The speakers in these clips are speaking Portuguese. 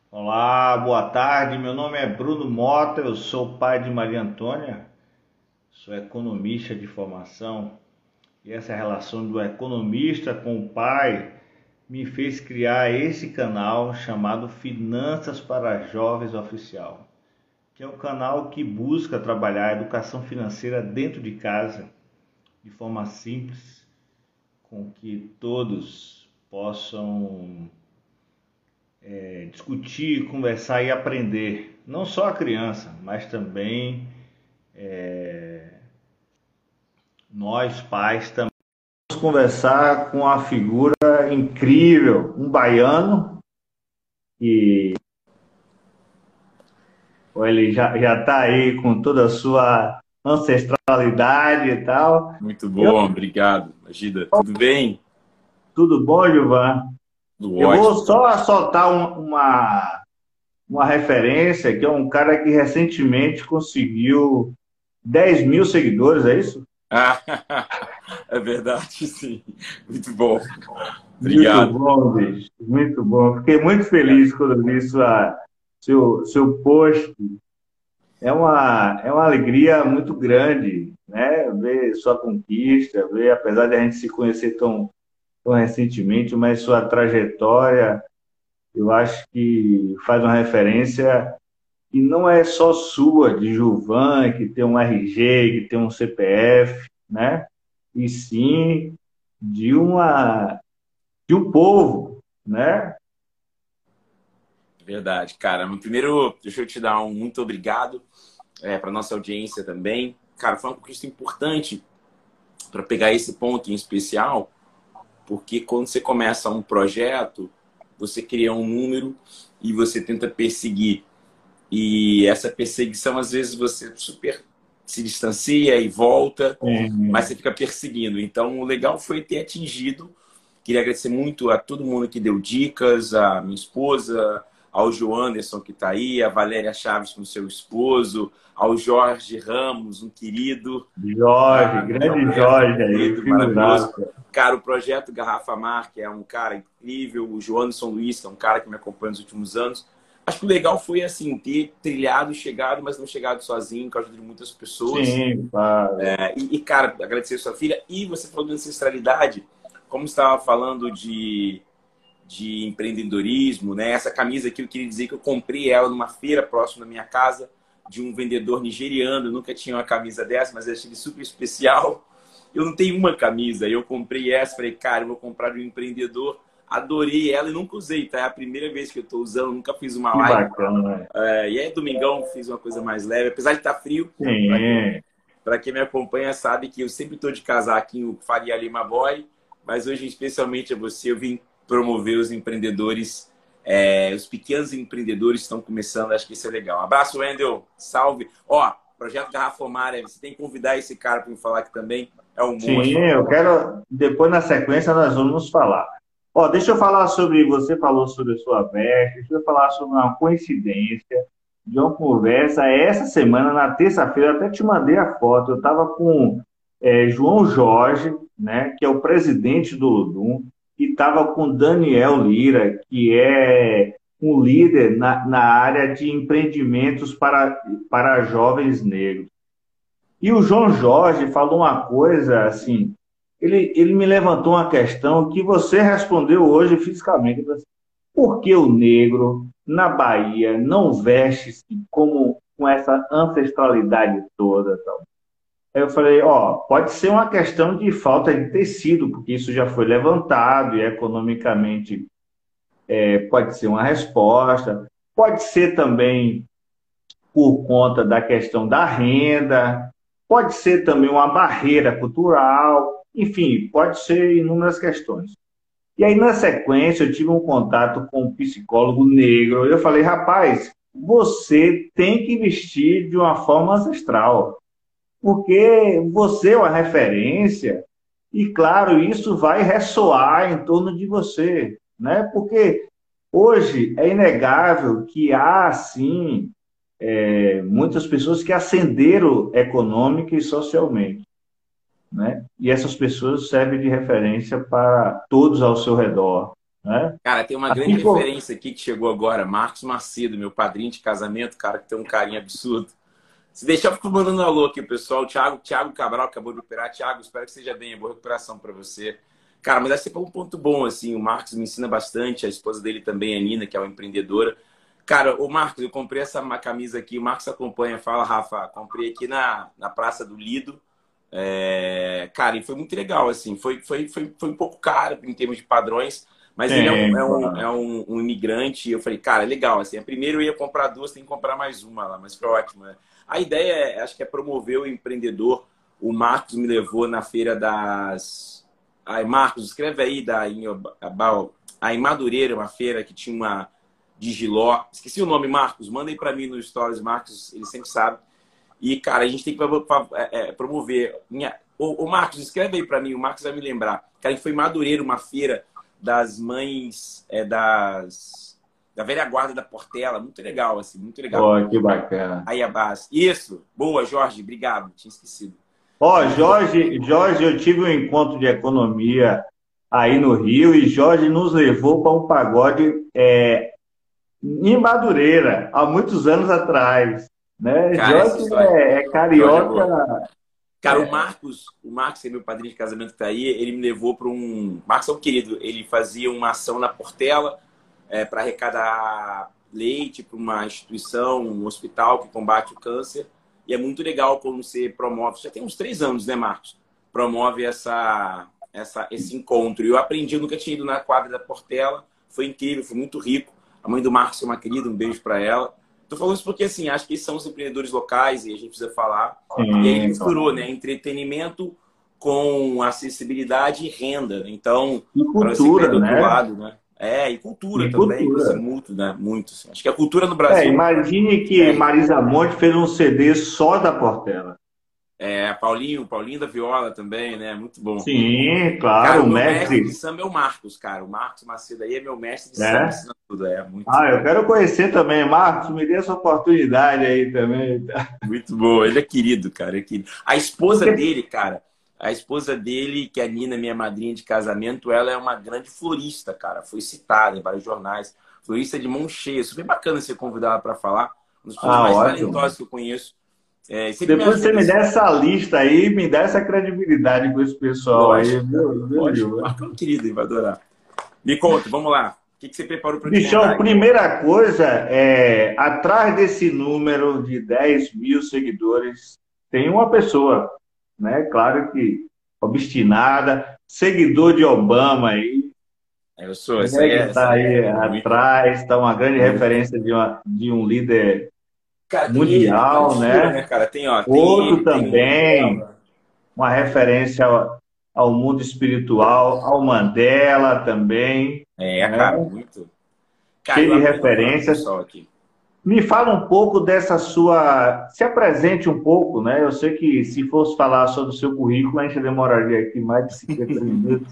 Olá, boa tarde. Meu nome é Bruno Mota, eu sou pai de Maria Antônia, sou economista de formação e essa relação do economista com o pai me fez criar esse canal chamado Finanças para Jovens Oficial, que é um canal que busca trabalhar a educação financeira dentro de casa de forma simples, com que todos possam discutir, conversar e aprender. Não só a criança, mas também nós pais também. Vamos conversar com a figura incrível, um baiano, que ele já está aí com toda a sua ancestralidade e tal. Muito Eu, bom, obrigado. Agida, tudo bem? tudo bom, Gilvan? Tudo Eu vou ótimo. só soltar uma referência, que é um cara que recentemente conseguiu 10 mil seguidores, é isso? Ah, é verdade, sim. Muito bom. Muito Obrigado. bom, bicho. Muito bom. Fiquei muito Obrigado. feliz quando vi seu post. É uma alegria muito grande, né? Ver sua conquista, ver, apesar de a gente se conhecer tão recentemente, mas sua trajetória, eu acho que faz uma referência que não é só sua, de Gilvan, que tem um RG, que tem um CPF, né? E sim de de um povo, né? Verdade, cara. Primeiro, deixa eu te dar um muito obrigado para nossa audiência também. Cara, foi uma conquista importante para pegar esse ponto em especial, porque quando você começa um projeto, você cria um número e você tenta perseguir. E essa perseguição, às vezes, você super se distancia e volta, mas É, você fica perseguindo. Então, o legal foi ter atingido. Queria agradecer muito a todo mundo que deu dicas, a minha esposa, ao João Anderson que está aí, a Valéria Chaves com seu esposo, ao Jorge Ramos, um querido, Jorge, de grande Alberta, Jorge aí, querido, maravilhoso. figuraça. Cara, o projeto Garrafa Mar, que é um cara incrível, o Joanderson Luiz, que é um cara que me acompanha nos últimos anos. Acho que o legal foi assim, ter trilhado, chegado, mas não chegado sozinho, com a ajuda de muitas pessoas. Sim, claro. Cara, agradecer a sua filha. E você falou de ancestralidade, como estava falando de empreendedorismo, né? Essa camisa aqui, eu queria dizer que eu comprei ela numa feira próxima da minha casa, de um vendedor nigeriano. Eu nunca tinha uma camisa dessa, mas eu achei super especial. Eu não tenho uma camisa, eu comprei essa, falei, cara, eu vou comprar de um empreendedor. Adorei ela e nunca usei, tá? É a primeira vez que eu estou usando, nunca fiz uma Que live. bacana. E aí, domingão, fiz uma coisa mais leve, apesar de estar frio. Sim. Para quem me acompanha sabe que eu sempre estou de casaquinho Faria Lima Boy, mas hoje, especialmente a você, eu vim promover os empreendedores, os pequenos empreendedores que estão começando, acho que isso é legal. Um abraço, Wendel, salve. Ó, projeto Garrafa Omar, você tem que convidar esse cara para me falar aqui também, é um Sim, monstro. eu quero. Depois, na sequência, nós vamos falar. Ó, deixa eu falar sobre. Você falou sobre a sua veste, deixa eu falar sobre uma coincidência de uma conversa essa semana, na terça-feira, eu até te mandei a foto. Eu estava com João Jorge, né, que é o presidente do Ludum, e estava com Daniel Lira, que é um líder na área de empreendimentos para jovens negros. E o João Jorge falou uma coisa assim, ele me levantou uma questão que você respondeu hoje fisicamente. Ele disse, por que o negro na Bahia não veste-se como com essa ancestralidade toda, tal? Aí eu falei, ó, pode ser uma questão de falta de tecido, porque isso já foi levantado e economicamente pode ser uma resposta. Pode ser também por conta da questão da renda, pode ser também uma barreira cultural, enfim, pode ser inúmeras questões. E aí, na sequência, eu tive um contato com um psicólogo negro. Eu falei, rapaz, você tem que vestir de uma forma ancestral, porque você é uma referência, e claro, isso vai ressoar em torno de você, né? Porque hoje é inegável que há, sim, muitas pessoas que ascenderam econômica e socialmente, né? E essas pessoas servem de referência para todos ao seu redor. né? Cara, tem uma grande Assim, pô, referência aqui que chegou agora, Marcos Macedo, meu padrinho de casamento, cara, que tem um carinho absurdo. Se deixar, eu fico mandando um alô aqui, pessoal. Thiago Cabral acabou de operar. Thiago, espero que seja bem. Boa recuperação para você. Cara, mas esse é um ponto bom, assim. O Marcos me ensina bastante. A esposa dele também, a Nina, que é uma empreendedora. Cara, o Marcos, eu comprei essa camisa aqui. O Marcos acompanha. Fala, Rafa. Comprei aqui na Praça do Lido. Cara, e foi muito legal, assim. Foi um pouco caro em termos de padrões. Mas ele tem, claro. é um imigrante. E eu falei, cara, legal. Assim, primeiro eu ia comprar duas, tem que comprar mais uma lá. Mas foi ótimo, né? A ideia, acho que é promover o empreendedor. O Marcos me levou na feira das... Ai, Marcos, escreve aí em Madureira, uma feira que tinha uma Digiló. Esqueci o nome, Marcos. Manda aí para mim no Stories, Marcos, ele sempre sabe. E, cara, a gente tem que promover. O Marcos, escreve aí para mim, o Marcos vai me lembrar. Cara, a gente foi em Madureira, uma feira das mães da velha guarda da Portela. Muito legal, assim, muito legal. Ó, que bacana. Aí a base. Isso. Boa, Jorge. Obrigado. Tinha esquecido. Ó, Muito bom. Jorge, eu tive um encontro de economia aí no Rio e Jorge nos levou para um pagode em Madureira, há muitos anos atrás, né? Cara, essa Jorge história. é Jorge é carioca. boa. Cara, o Marcos, que é meu padrinho de casamento que tá aí, ele me levou para um. Marcos é um querido. Ele fazia uma ação na Portela para arrecadar leite para uma instituição, um hospital que combate o câncer. E é muito legal quando você promove. Já tem uns 3 anos, né, Marcos? Promove esse encontro. E eu aprendi, eu nunca tinha ido na quadra da Portela. Foi incrível, foi muito rico. A mãe do Marcos é uma querida, um beijo para ela. Tô falando isso porque, assim, acho que eles são os empreendedores locais e a gente precisa falar. E aí ele Sim, misturou, claro. né? Entretenimento com acessibilidade e renda. Então, E para você que vai cultura, do outro né? lado, né? E cultura E também, coisa cultura. muito, né? Muito. Assim. Acho que a cultura no Brasil Imagine que Marisa Monte fez um CD só da Portela. Paulinho da Viola também, né? Muito bom. Sim, Cara, claro, o o meu mestre de mestre, samba é o Marcos, cara. O Marcos Macedo aí é meu mestre de samba, né? ensina tudo. É muito, Ah, eu quero conhecer também, Marcos, me dê essa oportunidade aí também. muito bom. Ele é querido, cara. É querido. A esposa Porque, dele, cara, a esposa dele, que é a Nina, minha madrinha de casamento, ela é uma grande florista, cara. Foi citada em vários jornais. Florista de mão cheia. Super bacana você convidar ela para falar. Uma das pessoas mais ótimo. talentosas que eu conheço. E sempre me Depois você ajuda, me dá assim. essa lista aí, me dá essa credibilidade com esse pessoal aí, Lógico, viu, lógico. Gil? Marcão querido, ele vai adorar. Me conta, vamos lá. O que você preparou para te contar Bichão, aí? primeira coisa, atrás desse número de 10 mil seguidores, tem uma pessoa, né? Claro que obstinada, seguidor de Obama aí, Eu sou, né? Que essa está aí aí é muito, atrás, está uma grande muito. referência de um líder Cara, tem ele, tem vários mundial, tiros, né, né? cara? Tem Outro ele, tem o também, Mandela. uma referência ao mundo espiritual, ao Mandela também, né? Cara, muito. Cara, Cheio eu de aprendo muito com o referências. pessoal aqui. Me fala um pouco dessa sua. Se apresente um pouco, né? Eu sei que se fosse falar sobre o seu currículo, a gente demoraria aqui mais de 50 minutos.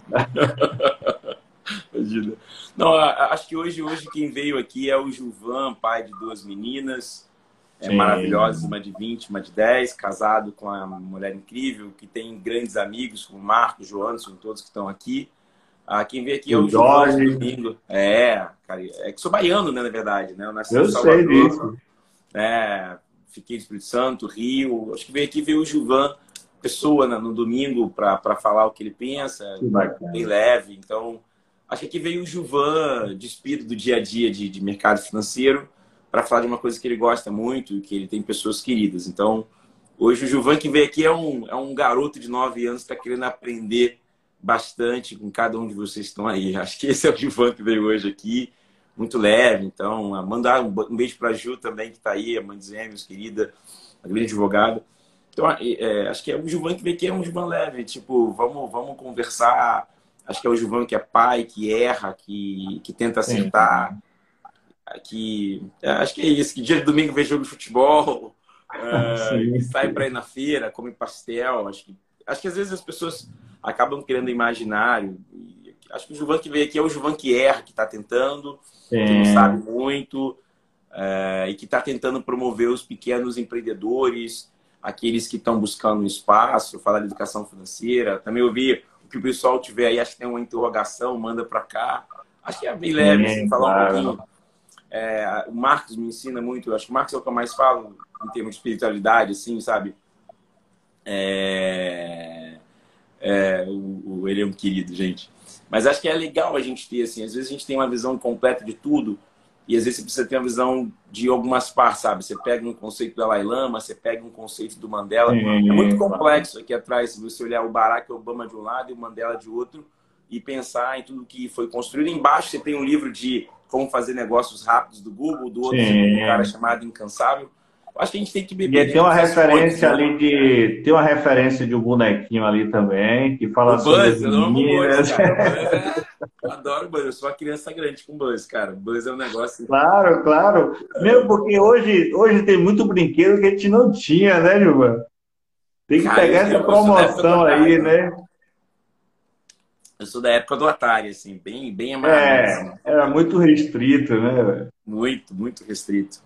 Imagina. Não, acho que hoje quem veio aqui é o Gilvan, pai de duas meninas maravilhosas, Sim. uma de 20, uma de 10, casado com uma mulher incrível, que tem grandes amigos como o Marcos, Joanderson, todos que estão aqui. Quem veio aqui é O o Gilvan esse Jorge, domingo. Cara, é que sou baiano, né, na verdade, né? Eu nasci em eu sei Salvador, disso. fiquei no Espírito Santo, Rio. Acho que veio aqui ver o Gilvan, pessoa no domingo, para falar o que ele pensa, Que bem bacana. leve. Então, acho que aqui veio o Gilvan, despido do dia a dia de mercado financeiro, para falar de uma coisa que ele gosta muito, que ele tem pessoas queridas. Então, hoje o Gilvan que veio aqui é um garoto de 9 anos que está querendo aprender bastante com cada um de vocês que estão aí. Acho que esse é o Gilvan que veio hoje aqui, muito leve. Então, mandar um beijo para a Ju também, que está aí, a mãe dos Gêmeos, querida, a grande advogada. Então, acho que é o Gilvan que veio aqui, é um Gilvan leve. Tipo, vamos conversar. Acho que é o Gilvan que é pai, que erra, que tenta Sim. acertar. Acho que é isso. Que dia de domingo vê jogo de futebol, que Sim. sai para ir na feira, come pastel. Acho que às vezes as pessoas acabam criando imaginário. Acho que o Gilvan que veio aqui é o Gilvan que erra, que está tentando, que não sabe Sim. muito, e que está tentando promover os pequenos empreendedores, aqueles que estão buscando um espaço, falar de educação financeira. Também ouvi o que o pessoal tiver aí, acho que tem uma interrogação, manda para cá. Acho que é bem leve, assim, Sim, falar um claro. pouquinho. O Marcos me ensina muito, eu acho que o Marcos é o que eu mais falo em termos de espiritualidade, assim, sabe? É, ele é um querido, gente. Mas acho que é legal a gente ter, assim, às vezes a gente tem uma visão completa de tudo e às vezes você precisa ter uma visão de algumas partes, sabe? Você pega um conceito do Dalai Lama, você pega um conceito do Mandela. É muito Sim, claro. complexo aqui atrás, se você olhar o Barack Obama de um lado e o Mandela de outro e pensar em tudo que foi construído. Embaixo você tem um livro de como fazer negócios rápidos do Google, do outro você tem um cara Sim. chamado Incansável. Eu acho que a gente tem que E beber aí de tem uma todas as fontes, referência né? ali de. Tem uma referência de um bonequinho ali também, que O fala sobre as Buzz, eu amo o Buzz, meninas. cara. O Buzz é. Eu adoro o Buzz. Eu sou uma criança grande com Buzz, cara. O Buzz é um negócio. Claro, claro. Mesmo porque hoje tem muito brinquedo que a gente não tinha, né, Gilvan? Tem que Cara, pegar essa eu sou da época do promoção aí, Atari, né? né? Eu sou da época do Atari, assim, bem, bem amarradão, assim. É, era muito restrito, né, velho? Muito, muito restrito.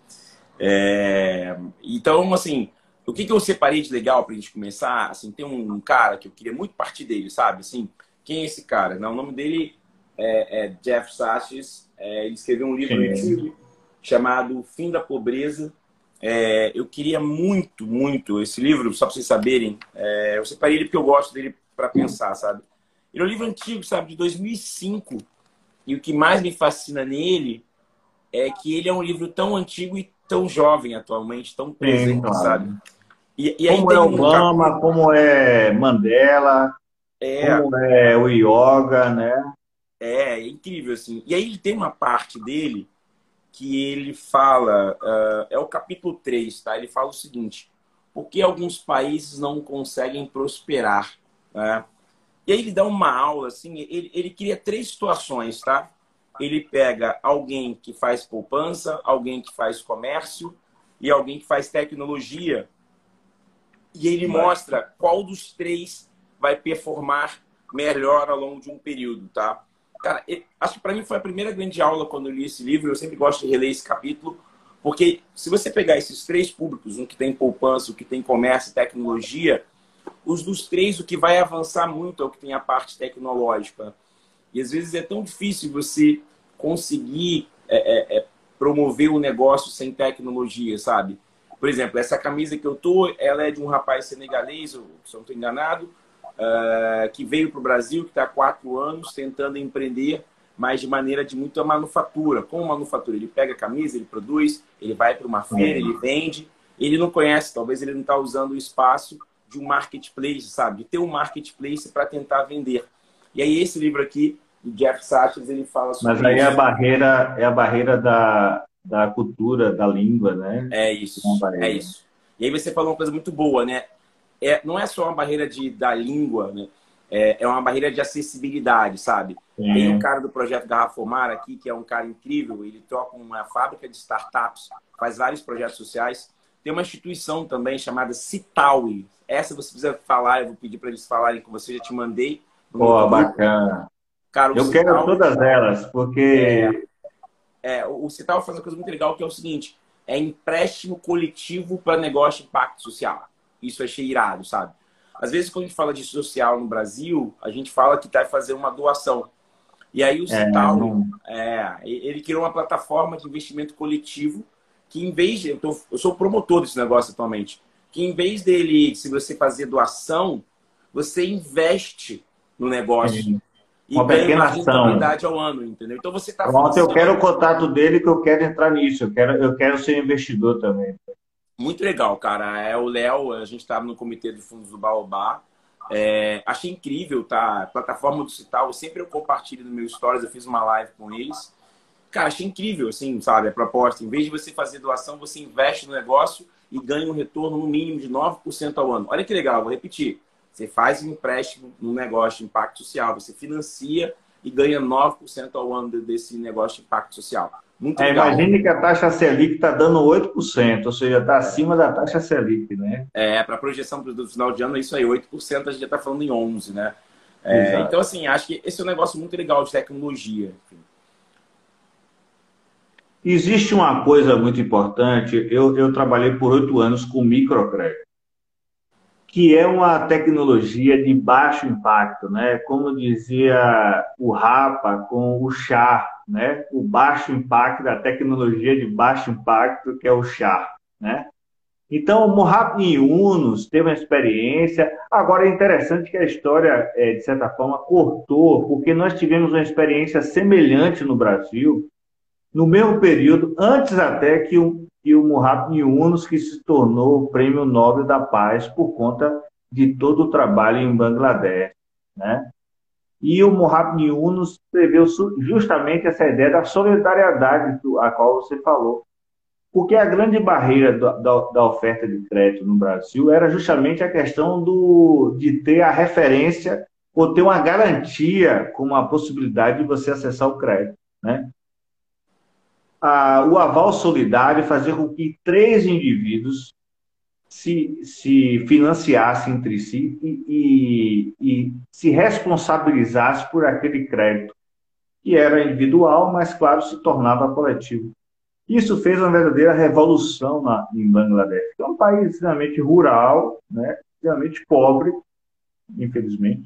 Então, assim, o que eu separei de legal pra gente começar? Assim, tem um cara que eu queria muito partir dele, sabe? Assim, quem é esse cara? Não, o nome dele é Jeff Sachs. Ele escreveu um livro Sim, antigo chamado O Fim da Pobreza. Eu queria muito, muito esse livro, só para vocês saberem. Eu separei ele porque eu gosto dele para pensar, sabe? Ele é um livro antigo, sabe, de 2005. E o que mais me fascina nele é que ele é um livro tão antigo e tão jovem atualmente, tão sim, presente, sabe? claro. E aí Como é tem um capítulo. Obama, como é Mandela, É, como é o yoga, né? é incrível, assim. E aí ele tem uma parte dele que ele fala, é o capítulo 3, tá? Ele fala o seguinte: por que alguns países não conseguem prosperar, né? E aí ele dá uma aula, assim, ele cria três situações, tá? Ele pega alguém que faz poupança, alguém que faz comércio e alguém que faz tecnologia e ele Vai. mostra qual dos três vai performar melhor ao longo de um período, tá? Cara, acho que para mim foi a primeira grande aula quando eu li esse livro. Eu sempre gosto de reler esse capítulo, porque se você pegar esses três públicos, um que tem poupança, o que tem comércio e tecnologia, os dos três, o que vai avançar muito é o que tem a parte tecnológica. E às vezes é tão difícil você conseguir promover o negócio sem tecnologia, sabe? Por exemplo, essa camisa que eu tô, ela é de um rapaz senegalês, se eu não estou enganado, que veio para o Brasil, que está há 4 anos tentando empreender, mas de maneira de muita manufatura. Como manufatura? Ele pega a camisa, ele produz, ele vai para uma feira, ele Sim. vende. Ele não conhece, talvez ele não está usando o espaço de um marketplace, sabe? De ter um marketplace para tentar vender. E aí esse livro aqui, do Jeff Sachs, ele fala Mas sobre aí isso. é a barreira da cultura, da língua, né? É É uma isso, é barreira. isso. E aí você falou uma coisa muito boa, né? Não é só uma barreira da língua, né? É uma barreira de acessibilidade, sabe? Tem o Sim. cara do projeto Garrafomar aqui, que é um cara incrível, ele toca uma fábrica de startups, faz vários projetos sociais. Tem uma instituição também chamada Citaui. Essa você precisa falar, eu vou pedir para eles falarem com você, já te mandei no nosso Pô, grupo. bacana. Cara, o Eu quero Citaui todas elas, porque. o Cital faz uma coisa muito legal que é o seguinte: é empréstimo coletivo para negócio de impacto social. Isso eu achei irado, sabe? Às vezes, quando a gente fala de social no Brasil, a gente fala que vai fazer uma doação. E aí o Cital, Não... ele criou uma plataforma de investimento coletivo que, em vez de... Eu sou promotor desse negócio atualmente. Que, em vez dele, se você fazer doação, você investe no negócio Sim. e Uma ganha uma pequena ação. rentabilidade ao ano, entendeu? Então você está Pronto, eu quero o financiando. contato dele, que eu quero entrar nisso. Eu quero ser investidor também. Muito legal, cara. O Léo, a gente estava no comitê de fundos do Baobá. Achei incrível, tá? A plataforma do Cital, eu compartilho no meu stories, eu fiz uma live com eles. Cara, achei incrível, assim, sabe? A proposta. Em vez de você fazer doação, você investe no negócio e ganha um retorno no mínimo de 9% ao ano. Olha que legal, vou repetir. Você faz um empréstimo no negócio de impacto social, você financia e ganha 9% ao ano desse negócio de impacto social. Muito legal. Imagine que a taxa Selic está dando 8%, ou seja, está acima da taxa Selic, né? Para a projeção do final de ano, é isso aí, 8%, a gente já está falando em 11%, né? Exato. Então, assim, acho que esse é um negócio muito legal de tecnologia. Existe uma coisa muito importante. Eu trabalhei por 8 anos com microcrédito. que é uma tecnologia de baixo impacto, né? Como dizia o Rapa com o char, né? O baixo impacto da tecnologia de baixo impacto, que é o char, né? Então, o Mohab Yunus teve uma experiência. Agora, é interessante que a história, de certa forma, cortou, porque nós tivemos uma experiência semelhante no Brasil, no mesmo período, antes até que o Muhammad Yunus, que se tornou o Prêmio Nobel da Paz por conta de todo o trabalho em Bangladesh, né? E o Muhammad Yunus preveu justamente essa ideia da solidariedade a qual você falou. Porque a grande barreira da oferta de crédito no Brasil era justamente a questão de ter a referência ou ter uma garantia com a possibilidade de você acessar o crédito, né? O aval solidário fazia com que três indivíduos se financiassem entre si e se responsabilizassem por aquele crédito, que era individual, mas, claro, se tornava coletivo. Isso fez uma verdadeira revolução em Bangladesh, que é um país extremamente rural, né, extremamente pobre, infelizmente,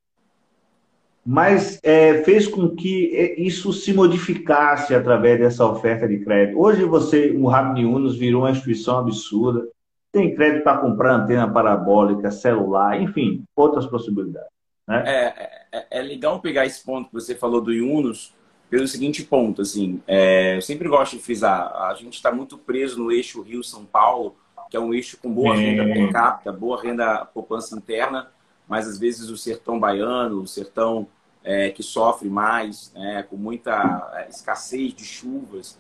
mas fez com que isso se modificasse através dessa oferta de crédito. Hoje o Muhammad Yunus virou uma instituição absurda, tem crédito para comprar antena parabólica, celular, enfim, outras possibilidades, né? É legal pegar esse ponto que você falou do Yunus pelo seguinte ponto, assim, eu sempre gosto de frisar, a gente está muito preso no eixo Rio-São Paulo, que é um eixo com boa renda per capita, boa renda poupança interna, mas às vezes o sertão baiano, o sertão que sofre mais, né, com muita escassez de chuvas,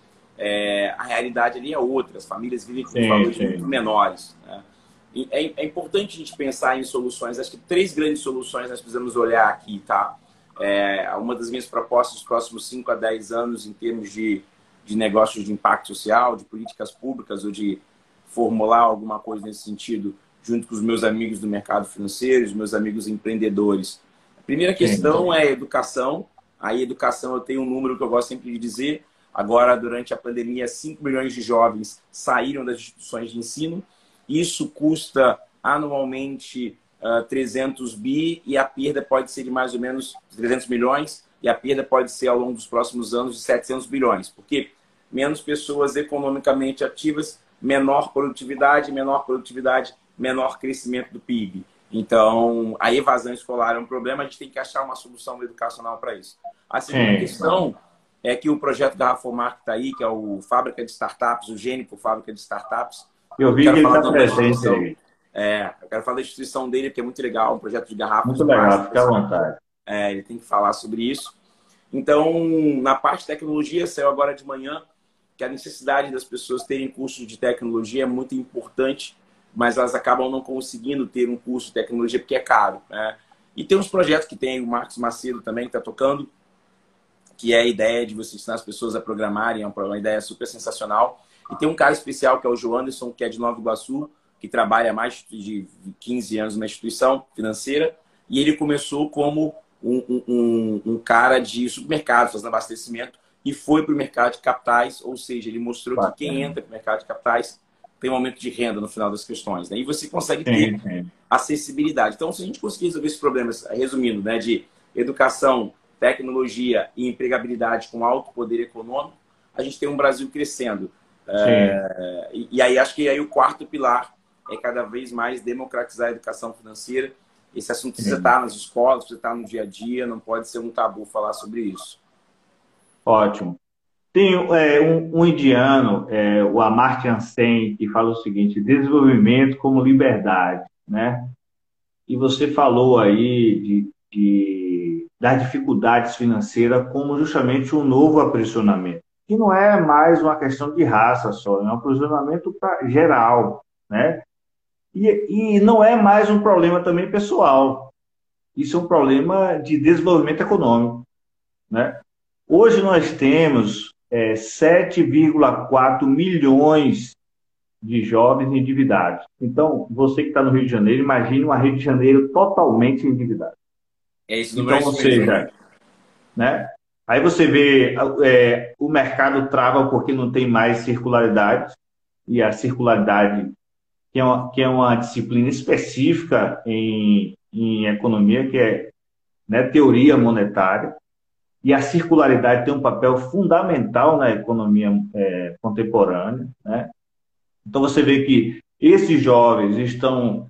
a realidade ali é outra, as famílias vivem com valores muito menores, né? E é importante a gente pensar em soluções, acho que três grandes soluções nós precisamos olhar aqui, tá? Uma das minhas propostas dos próximos 5 a 10 anos em termos de negócios de impacto social, de políticas públicas ou de formular alguma coisa nesse sentido junto com os meus amigos do mercado financeiro, os meus amigos empreendedores. A primeira questão é a educação. A educação, eu tenho um número que eu gosto sempre de dizer. Agora, durante a pandemia, 5 milhões de jovens saíram das instituições de ensino. Isso custa anualmente 300 bi e a perda pode ser de mais ou menos 300 milhões e a perda pode ser ao longo dos próximos anos de 700 bilhões. Porque menos pessoas economicamente ativas, menor produtividade, menor crescimento do PIB. Então, a evasão escolar é um problema, a gente tem que achar uma solução educacional para isso. A segunda questão é que o projeto Garrafomar que está aí, que é o Fábrica de Startups, o Gênico Fábrica de Startups. Eu vi que ele está presente aí. Eu quero falar da instituição dele, porque é muito legal, um projeto de garrafas. Muito legal, fica à vontade. Ele tem que falar sobre isso. Então, na parte de tecnologia, saiu agora de manhã que a necessidade das pessoas terem cursos de tecnologia é muito importante, mas elas acabam não conseguindo ter um curso de tecnologia porque é caro, né? E tem uns projetos que tem o Marcos Macedo também, que está tocando, que é a ideia de você ensinar as pessoas a programarem, é uma ideia super sensacional. E tem um cara especial, que é o Joanderson, que é de Nova Iguaçu, que trabalha há mais de 15 anos numa instituição financeira, e ele começou como um cara de supermercado, fazendo abastecimento, e foi para o mercado de capitais, ou seja, ele mostrou que quem entra para o mercado de capitais tem um aumento de renda no final das questões, né? E você consegue ter acessibilidade. Então, se a gente conseguir resolver esses problemas, resumindo, né, de educação, tecnologia e empregabilidade com alto poder econômico, a gente tem um Brasil crescendo. E aí acho que aí o quarto pilar é cada vez mais democratizar a educação financeira. Esse assunto precisa estar nas escolas, precisa estar no dia a dia, não pode ser um tabu falar sobre isso. Ótimo. Tem um indiano, o Amartya Sen, que fala o seguinte: desenvolvimento como liberdade, né? E você falou aí das dificuldades financeiras como justamente um novo aprisionamento, que não é mais uma questão de raça só, é um aprisionamento geral, né? E não é mais um problema também pessoal, isso é um problema de desenvolvimento econômico, né? Hoje nós temos 7,4 milhões de jovens endividados. Então, você que está no Rio de Janeiro, imagine uma Rio de Janeiro totalmente endividado. Então, ou seja, né? Aí você vê o mercado trava porque não tem mais circularidade, e a circularidade que é uma disciplina específica em economia, que é, né, teoria monetária, e a circularidade tem um papel fundamental na economia contemporânea, né? Então você vê que esses jovens estão,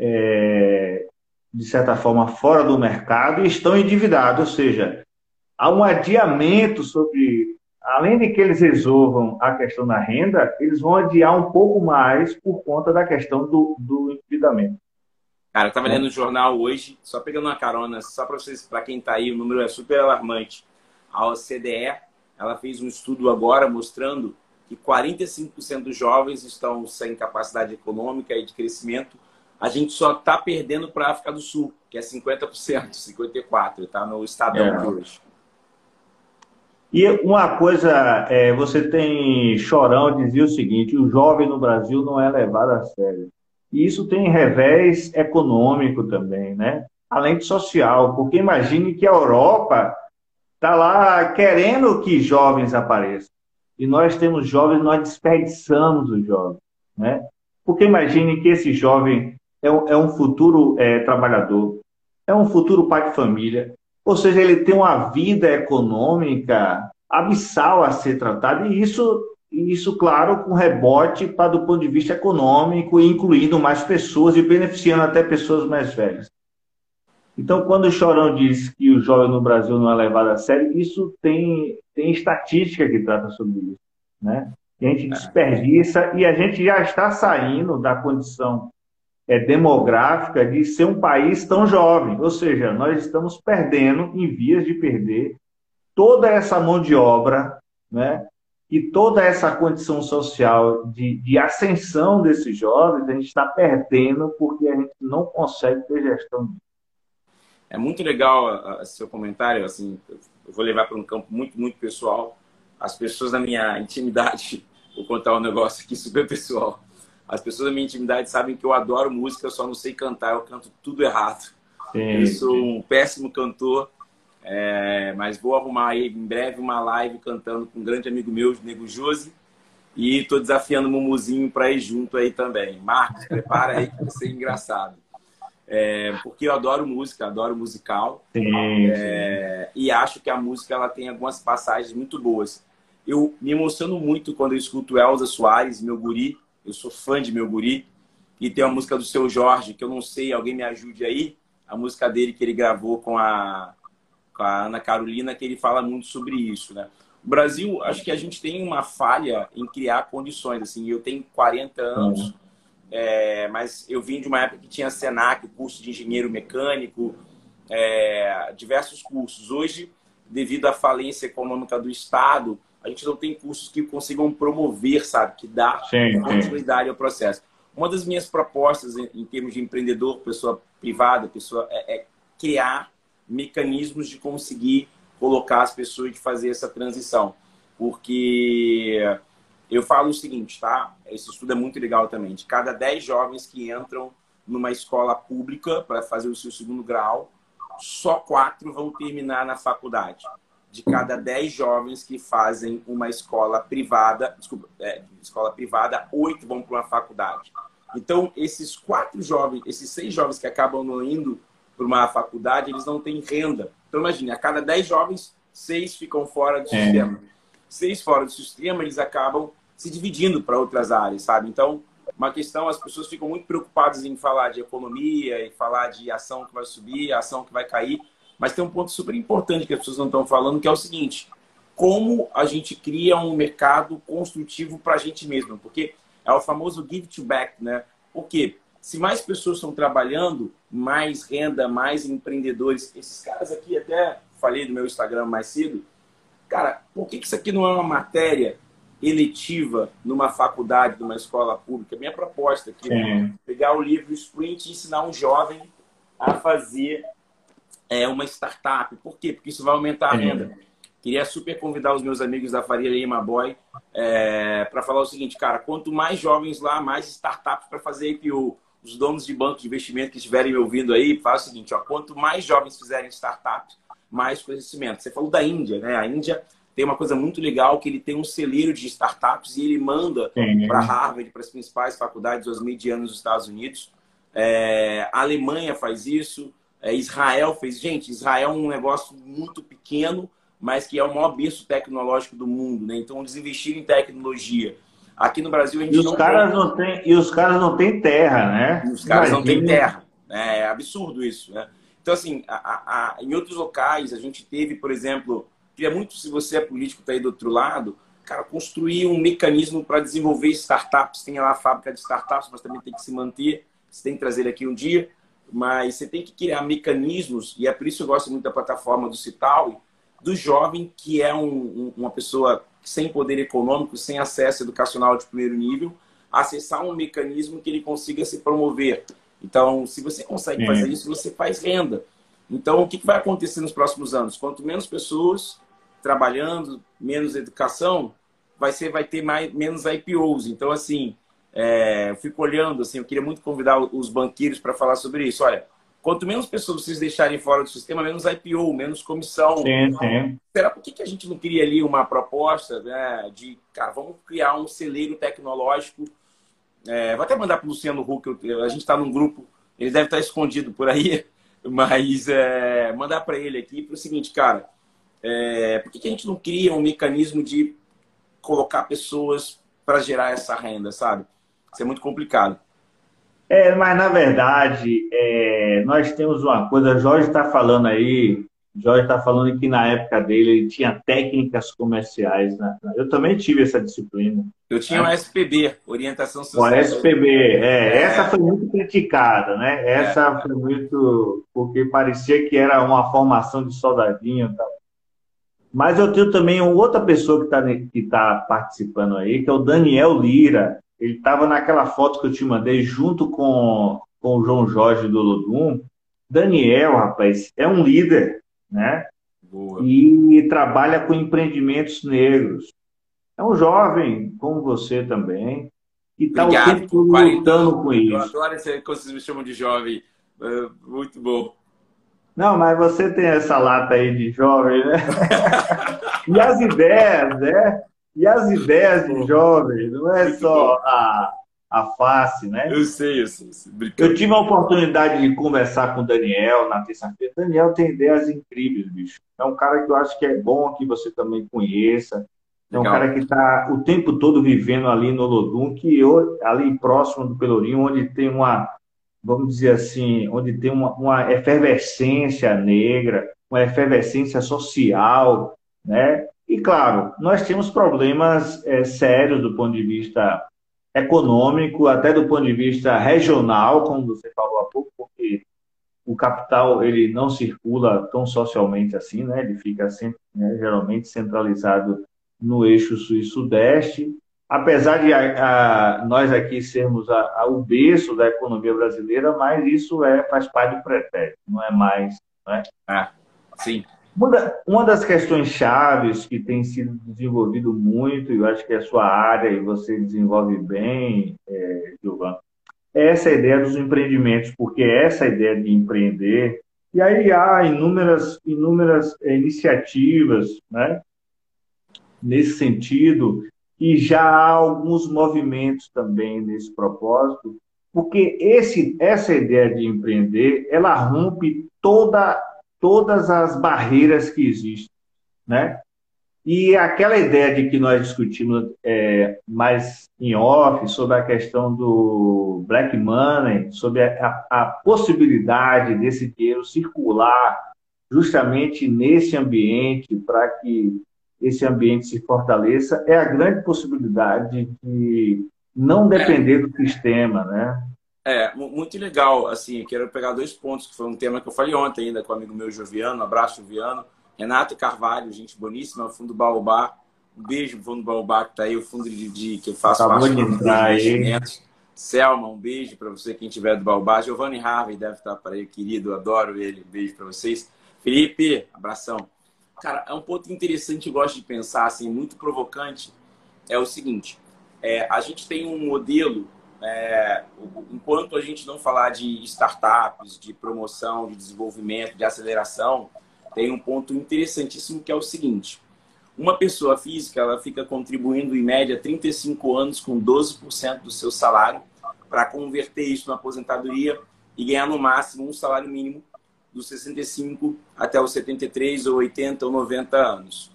de certa forma, fora do mercado e estão endividados, ou seja, há um adiamento sobre, além de que eles resolvam a questão da renda, eles vão adiar um pouco mais por conta da questão do endividamento, Cara, eu tava lendo né? o jornal hoje, só pegando uma carona, só para vocês, para quem tá aí, o número é super alarmante. A OCDE, ela fez um estudo agora mostrando que 45% dos jovens estão sem capacidade econômica e de crescimento. A gente só tá perdendo para a África do Sul, que é 50%, 54%, tá no Estadão de É. hoje. E uma coisa, você tem Chorão dizia o seguinte: o jovem no Brasil não é levado a sério. E isso tem revés econômico também, né? Além de social, porque imagine que a Europa está lá querendo que jovens apareçam. E nós temos jovens, nós desperdiçamos os jovens, né? Porque imagine que esse jovem é um futuro trabalhador, é um futuro pai de família, ou seja, ele tem uma vida econômica abissal a ser tratada, e isso, claro, com rebote para do ponto de vista econômico, incluindo mais pessoas e beneficiando até pessoas mais velhas. Então, quando o Chorão diz que o jovem no Brasil não é levado a sério, isso tem estatística que trata sobre isso, né? E a gente desperdiça e a gente já está saindo da condição demográfica de ser um país tão jovem, ou seja, nós estamos perdendo, em vias de perder, toda essa mão de obra, né? E toda essa condição social de ascensão desses jovens, a gente está perdendo porque a gente não consegue ter gestão. É muito legal seu comentário, assim, eu vou levar para um campo muito, muito pessoal. As pessoas da minha intimidade, vou contar um negócio aqui super pessoal. As pessoas da minha intimidade sabem que eu adoro música, eu só não sei cantar, eu canto tudo errado. Eu Sim, sou sim. um péssimo cantor, mas vou arrumar aí em breve uma live cantando com um grande amigo meu, Nego Josi, e estou desafiando o Mumuzinho para ir junto aí também. Marcos, prepara aí que vai ser engraçado. Porque eu adoro música, adoro musical, Sim, sim. e acho que a música ela tem algumas passagens muito boas. Eu me emociono muito quando eu escuto Elza Soares, Meu Guri. Eu sou fã de Meu Guri. E tem uma música do Seu Jorge, que eu não sei, alguém me ajude aí. A música dele que ele gravou com a Ana Carolina, que ele fala muito sobre isso, né? O Brasil, acho que a gente tem uma falha em criar condições. Assim, eu tenho 40 anos, mas eu vim de uma época que tinha Senac, curso de engenheiro mecânico, diversos cursos. Hoje, devido à falência econômica do Estado, a gente não tem cursos que consigam promover, sabe, que dá Sim, sim. continuidade ao processo. Uma das minhas propostas em termos de empreendedor, pessoa privada, é criar mecanismos de conseguir colocar as pessoas de fazer essa transição. Porque eu falo o seguinte, tá? Esse estudo é muito legal também. De cada 10 jovens que entram numa escola pública para fazer o seu segundo grau, só 4 vão terminar na faculdade. De cada 10 jovens que fazem uma escola privada, escola privada, 8 vão para uma faculdade. Então, esses 4 jovens, esses 6 jovens que acabam não indo para uma faculdade, eles não têm renda. Então, imagine, a cada 10 jovens, 6 ficam fora do sistema. 6 fora do sistema, eles acabam se dividindo para outras áreas, sabe? Então, uma questão, as pessoas ficam muito preocupadas em falar de economia, em falar de ação que vai subir, ação que vai cair, mas tem um ponto super importante que as pessoas não estão falando, que é o seguinte: como a gente cria um mercado construtivo para a gente mesmo? Porque é o famoso give to back, né? Por quê? Se mais pessoas estão trabalhando, mais renda, mais empreendedores. Esses caras aqui, até falei do meu Instagram mais cedo, cara, por que isso aqui não é uma matéria eletiva numa faculdade, numa escola pública? Minha proposta aqui, né? Sim. Pegar o livro Sprint e ensinar um jovem a fazer uma startup. Por quê? Porque isso vai aumentar a renda. Sim. Queria super convidar os meus amigos da Faria Lima Boy para falar o seguinte, cara, quanto mais jovens lá, mais startups para fazer IPO. Os donos de bancos de investimento que estiverem me ouvindo aí, faz o seguinte, ó, quanto mais jovens fizerem startups, mais conhecimento. Você falou da Índia, né? A Índia tem uma coisa muito legal que ele tem um celeiro de startups e ele manda para Sim. Harvard, para as principais faculdades, os medianos dos Estados Unidos. A Alemanha faz isso, Israel fez. Gente, Israel é um negócio muito pequeno, mas que é o maior berço tecnológico do mundo, né? Então, eles investiram em tecnologia. Aqui no Brasil, a E gente os não caras tem. não têm, e os caras não têm terra, E né? os caras não têm Imagine. terra. É absurdo isso, né? Então, assim, em outros locais, a gente teve, por exemplo, queria muito, se você é político, está aí do outro lado, cara, construir um mecanismo para desenvolver startups. Tem lá a fábrica de startups, mas também tem que se manter. Você tem que trazer ele aqui um dia, mas você tem que criar mecanismos, e é por isso que eu gosto muito da plataforma do Citaui, do jovem que é uma pessoa sem poder econômico, sem acesso educacional de primeiro nível, acessar um mecanismo que ele consiga se promover. Então, se você consegue fazer Sim. isso, você faz renda. Então, o que vai acontecer nos próximos anos? Quanto menos pessoas trabalhando, menos educação, vai ter menos IPOs. Então, assim, eu fico olhando, assim, eu queria muito convidar os banqueiros para falar sobre isso. Olha, quanto menos pessoas vocês deixarem fora do sistema, menos IPO, menos comissão. Sim, sim. Será por que a gente não cria ali uma proposta, né, de, cara, vamos criar um celeiro tecnológico. Vou até mandar para o Luciano Huck, a gente está num grupo, ele deve estar escondido por aí, mas mandar para ele aqui para o seguinte, cara, por que a gente não cria um mecanismo de colocar pessoas para gerar essa renda, sabe? Isso é muito complicado. Mas na verdade, nós temos uma coisa, Jorge está falando que na época dele ele tinha técnicas comerciais, né? Eu também tive essa disciplina, Eu tinha o né? SPB, Orientação O Social. SPB, essa É, foi muito criticada, né? é, Essa foi muito, porque parecia que era uma formação de soldadinho, e tal. Mas eu tenho também uma outra pessoa que tá participando aí, que é o Daniel Lira. Ele estava naquela foto que eu te mandei junto com o João Jorge do Lodum. Daniel, rapaz, é um líder, né? boa. E trabalha com empreendimentos negros. É um jovem, como você também, que está o Obrigado, tempo pô. todo lutando Quarentão. com Eu isso. adoro esse que vocês me chamam de jovem. Muito bom. Não, mas você tem essa lata aí de jovem, né? E as ideias, né? E as ideias de Pô, jovem, não é muito só bom. a face, né? Eu sei, Eu brincando. tive a oportunidade de conversar com o Daniel na terça-feira. Daniel tem ideias incríveis, bicho. É um cara que eu acho que é bom que você também conheça. É um Legal. cara que está o tempo todo vivendo ali no Lodum, ali próximo do Pelourinho, onde tem vamos dizer assim, onde tem uma efervescência negra, uma efervescência social, né? E claro, nós temos problemas sérios do ponto de vista econômico, até do ponto de vista regional, como você falou há pouco, porque o capital ele não circula tão socialmente assim, né? Ele fica sempre, né, geralmente centralizado no eixo sul e sudeste. Apesar de nós aqui sermos o berço da economia brasileira, mas isso faz parte do pretérito, não é mais. Né? Ah, sim. Uma das questões chaves que tem sido desenvolvido muito, e eu acho que é a sua área e você desenvolve bem, Giovanni, é essa ideia dos empreendimentos, porque essa ideia de empreender, e aí há inúmeras iniciativas, né, nesse sentido, e já há alguns movimentos também nesse propósito, porque essa ideia de empreender, ela rompe todas as barreiras que existem, né? E aquela ideia de que nós discutimos mais em off sobre a questão do black money, sobre a possibilidade desse dinheiro circular justamente nesse ambiente para que esse ambiente se fortaleça, é a grande possibilidade de não É, depender do sistema, né? muito legal. Assim, eu quero pegar dois pontos, que foi um tema que eu falei ontem ainda com um amigo meu, Joviano. Abraço, Joviano. Renato Carvalho, gente boníssima, Fundo Baobá. Um beijo pro Fundo Baobá, que está aí, o fundo que eu faço Acabou parte de do fundo de entrar aí. investimentos. Selma, um beijo para você, quem tiver do Baobá. Giovanni Harvey deve estar para aí, querido, adoro ele. Um beijo para vocês. Felipe, abração. Cara, é um ponto interessante que eu gosto de pensar, assim, muito provocante, é o seguinte, a gente tem um modelo, enquanto a gente não falar de startups, de promoção, de desenvolvimento, de aceleração, tem um ponto interessantíssimo que é o seguinte, Uma pessoa física, ela fica contribuindo em média 35 anos com 12% do seu salário para converter isso na aposentadoria e ganhar no máximo um salário mínimo dos 65 até os 73 ou 80 ou 90 anos.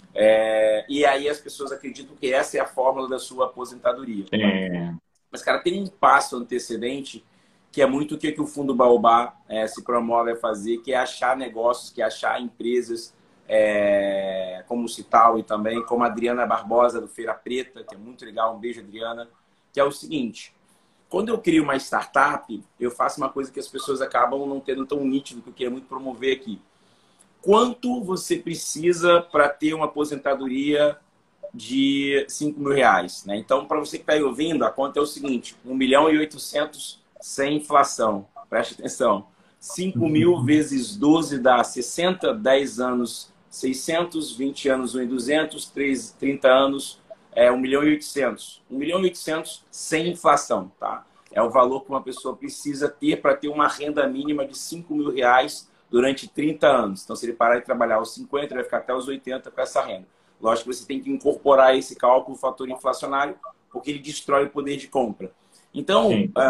E aí as pessoas acreditam que essa é a fórmula da sua aposentadoria. Mas, cara, tem um passo antecedente que é muito o que o Fundo Baobá se promove a fazer, que é achar negócios, que é achar empresas como o Cital e também como a Adriana Barbosa, do Feira Preta, que é muito legal. Um beijo, Adriana. Que é o seguinte: quando eu crio uma startup, eu faço uma coisa que as pessoas acabam não tendo tão nítido, que eu queria muito promover aqui. Quanto você precisa para ter uma aposentadoria de 5 mil reais? Né? Então, para você que está aí ouvindo, a conta é o seguinte: 1.800.000 sem inflação. Preste atenção. 5 mil vezes 12 dá 60, 10 anos 600, 20 anos 1.200, 30 anos 1.800.000. 1.800.000 sem inflação, tá? É o valor que uma pessoa precisa ter para ter uma renda mínima de 5 mil reais durante 30 anos. Então, se ele parar de trabalhar aos 50, ele vai ficar até os 80 com essa renda. Lógico que você tem que incorporar esse cálculo, o fator inflacionário, porque ele destrói o poder de compra. Então,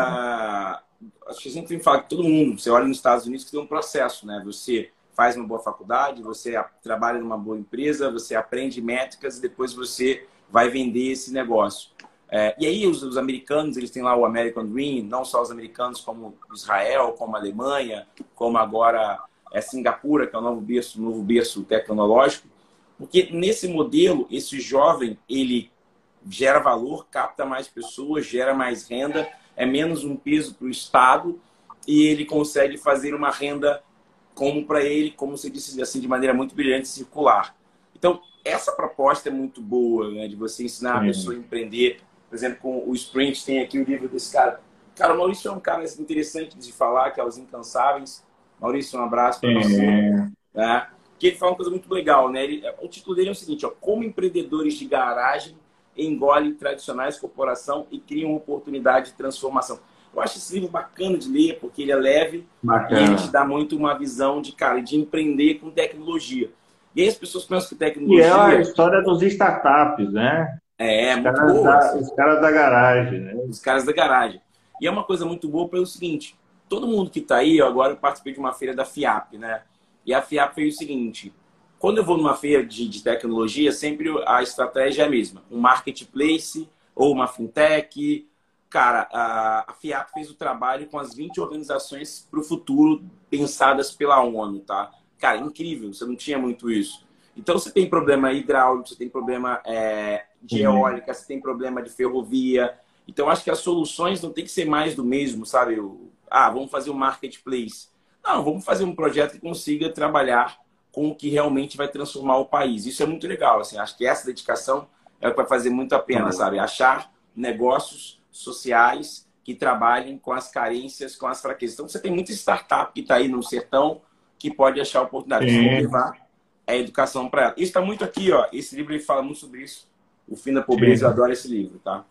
acho que a gente tem que falar que todo mundo, você olha nos Estados Unidos que tem um processo, né? Você faz uma boa faculdade, você trabalha numa boa empresa, você aprende métricas e depois você vai vender esse negócio. E aí os americanos, eles têm lá o American Dream, não só os americanos, como Israel, como a Alemanha, como agora Singapura, que é o novo berço tecnológico. Porque nesse modelo, esse jovem, ele gera valor, capta mais pessoas, gera mais renda, é menos um peso para o Estado e ele consegue fazer uma renda como para ele, como você disse assim, de maneira muito brilhante, circular. Então, essa proposta é muito boa, né, de você ensinar a pessoa a empreender. Por exemplo, com o Sprint, tem aqui o livro desse cara. Cara, o Maurício é um cara interessante de falar, que é Os Incansáveis. Maurício, um abraço para você. Né? Que ele fala uma coisa muito legal, né? O título dele é o seguinte, ó: Como empreendedores de garagem engolem tradicionais corporação e criam oportunidade de transformação. Eu acho esse livro bacana de ler, porque ele é leve e ele te dá muito uma visão de, cara, de empreender com tecnologia. E aí as pessoas pensam que tecnologia... E é a história dos startups, né? Muito boa. Assim. Os caras da garagem, né? Os caras da garagem. E é uma coisa muito boa pelo seguinte: todo mundo que está aí, agora eu participei de uma feira da FIAP, né? E a FIAP fez o seguinte: quando eu vou numa feira de tecnologia, sempre a estratégia é a mesma. Um marketplace ou uma fintech. Cara, a FIAP fez o trabalho com as 20 organizações para o futuro pensadas pela ONU, tá? Cara, incrível, você não tinha muito isso. Então, você tem problema hidráulico, você tem problema de eólica, você tem problema de ferrovia. Então, acho que as soluções não tem que ser mais do mesmo, sabe? Vamos fazer um marketplace. Não, vamos fazer um projeto que consiga trabalhar com o que realmente vai transformar o país. Isso é muito legal, assim. Acho que essa dedicação é o que vai fazer muito a pena, sabe? Achar negócios sociais que trabalhem com as carências, com as fraquezas. Então, você tem muita startup que está aí no sertão que pode achar oportunidade de levar a educação para ela. Isso está muito aqui, ó. Esse livro ele fala muito sobre isso. O Fim da Pobreza. Eu adoro esse livro, tá?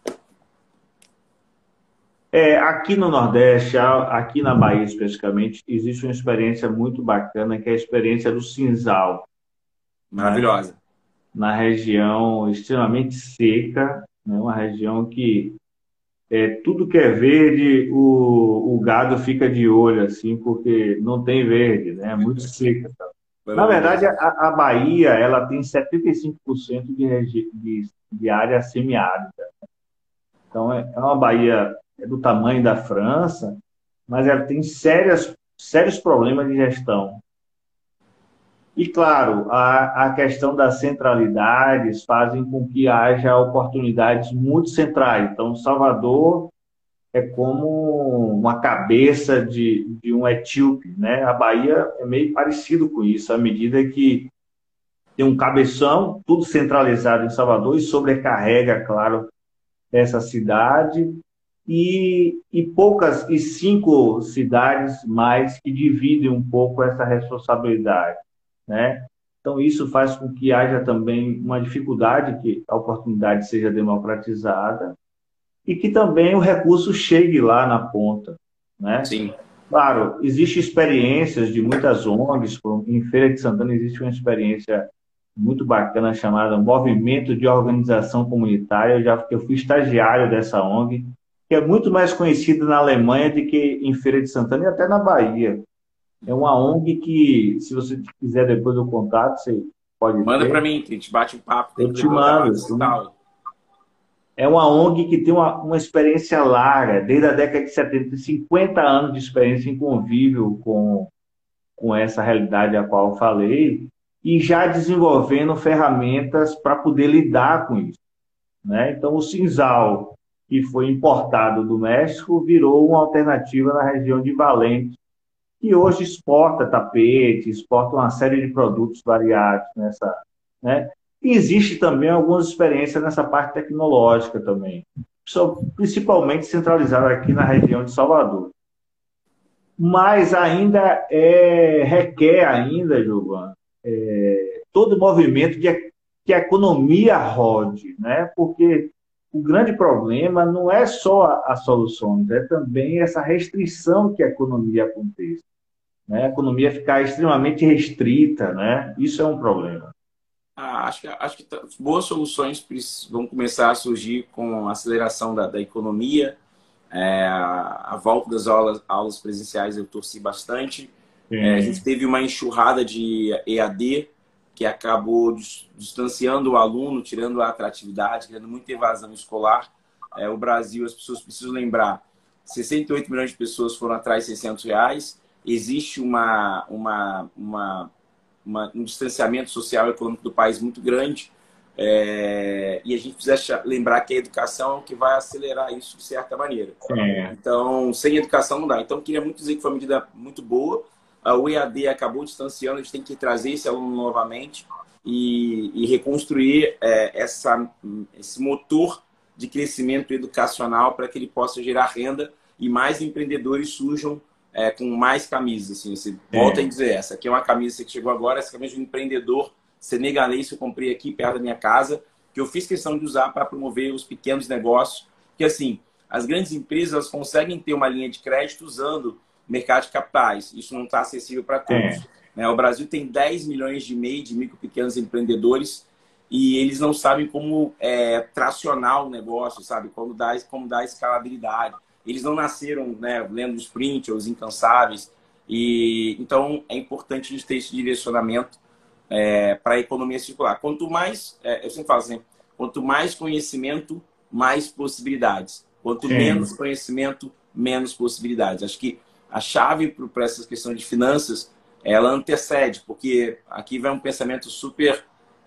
Aqui no Nordeste, aqui na Bahia especificamente, existe uma experiência muito bacana, que é a experiência do Sisal. Maravilhosa. Né? Na região extremamente seca, né? Uma região que tudo que é verde, o gado fica de olho, assim, porque não tem verde, né? É muito seca. Tá? Na verdade, a Bahia ela tem 75% de área semiárida. Então, é uma Bahia do tamanho da França, mas ela tem sérios problemas de gestão. E, claro, a questão das centralidades fazem com que haja oportunidades muito centrais. Então, Salvador é como uma cabeça de um etíope, né? A Bahia é meio parecido com isso, à medida que tem um cabeção, tudo centralizado em Salvador, e sobrecarrega, claro, essa cidade, e 5 cidades mais que dividem um pouco essa responsabilidade, né? Então, isso faz com que haja também uma dificuldade que a oportunidade seja democratizada e que também o recurso chegue lá na ponta, né? Sim. Claro, existem experiências de muitas ONGs, em Feira de Santana existe uma experiência muito bacana chamada Movimento de Organização Comunitária. Eu fui estagiário dessa ONG, que é muito mais conhecida na Alemanha do que em Feira de Santana e até na Bahia. É uma ONG que, se você quiser depois o contato, você pode Manda para ter. mim, que a gente bate um papo, tem Eu que te levar mando. esse tal. É uma ONG que tem uma experiência larga, desde a década de 70, 50 anos de experiência em convívio com essa realidade a qual eu falei, e já desenvolvendo ferramentas para poder lidar com isso, né? Então, o Cinzal, que foi importado do México, virou uma alternativa na região de Valente, que hoje exporta tapete, exporta uma série de produtos variados nessa, né? E existe também algumas experiências nessa parte tecnológica também, principalmente centralizada aqui na região de Salvador. Mas ainda requer ainda, Giovanni, todo o movimento de que a economia rode, né? Porque o grande problema não é só as soluções, é também essa restrição que a economia aconteça, né? A economia ficar extremamente restrita, né? Isso é um problema. Acho que boas soluções vão começar a surgir com a aceleração da economia, a volta das aulas presenciais eu torci bastante. A gente Sim, teve uma enxurrada de EAD que acabou distanciando o aluno, tirando a atratividade, criando muita evasão escolar. O Brasil, as pessoas precisam lembrar, 68 milhões de pessoas foram atrás de R$ 600. Existe um distanciamento social e econômico do país muito grande. E a gente precisa lembrar que a educação é o que vai acelerar isso de certa maneira. sim, Então, sem educação não dá. Então, queria muito dizer que foi uma medida muito boa. O EAD acabou distanciando, a gente tem que trazer esse aluno novamente e reconstruir esse motor de crescimento educacional para que ele possa gerar renda e mais empreendedores surjam com mais camisas. Assim, você volta a sim, dizer, essa aqui é uma camisa que chegou agora, essa camisa de um empreendedor senegalês que eu comprei aqui perto da minha casa, que eu fiz questão de usar para promover os pequenos negócios, que assim, as grandes empresas elas conseguem ter uma linha de crédito usando mercado de capitais. Isso não está acessível para sim. todos. Né? O Brasil tem 10 milhões de MEI, de micro e pequenos empreendedores, e eles não sabem como tracionar o negócio, sabe? Como dar escalabilidade. Eles não nasceram, né, lendo sprint ou os incansáveis. E então é importante a gente ter esse direcionamento para a economia circular. Quanto mais, eu sempre falo assim, quanto mais conhecimento, mais possibilidades. Quanto menos Sim. conhecimento, menos possibilidades. Acho que a chave para essas questões de finanças, ela antecede, porque aqui vai um pensamento super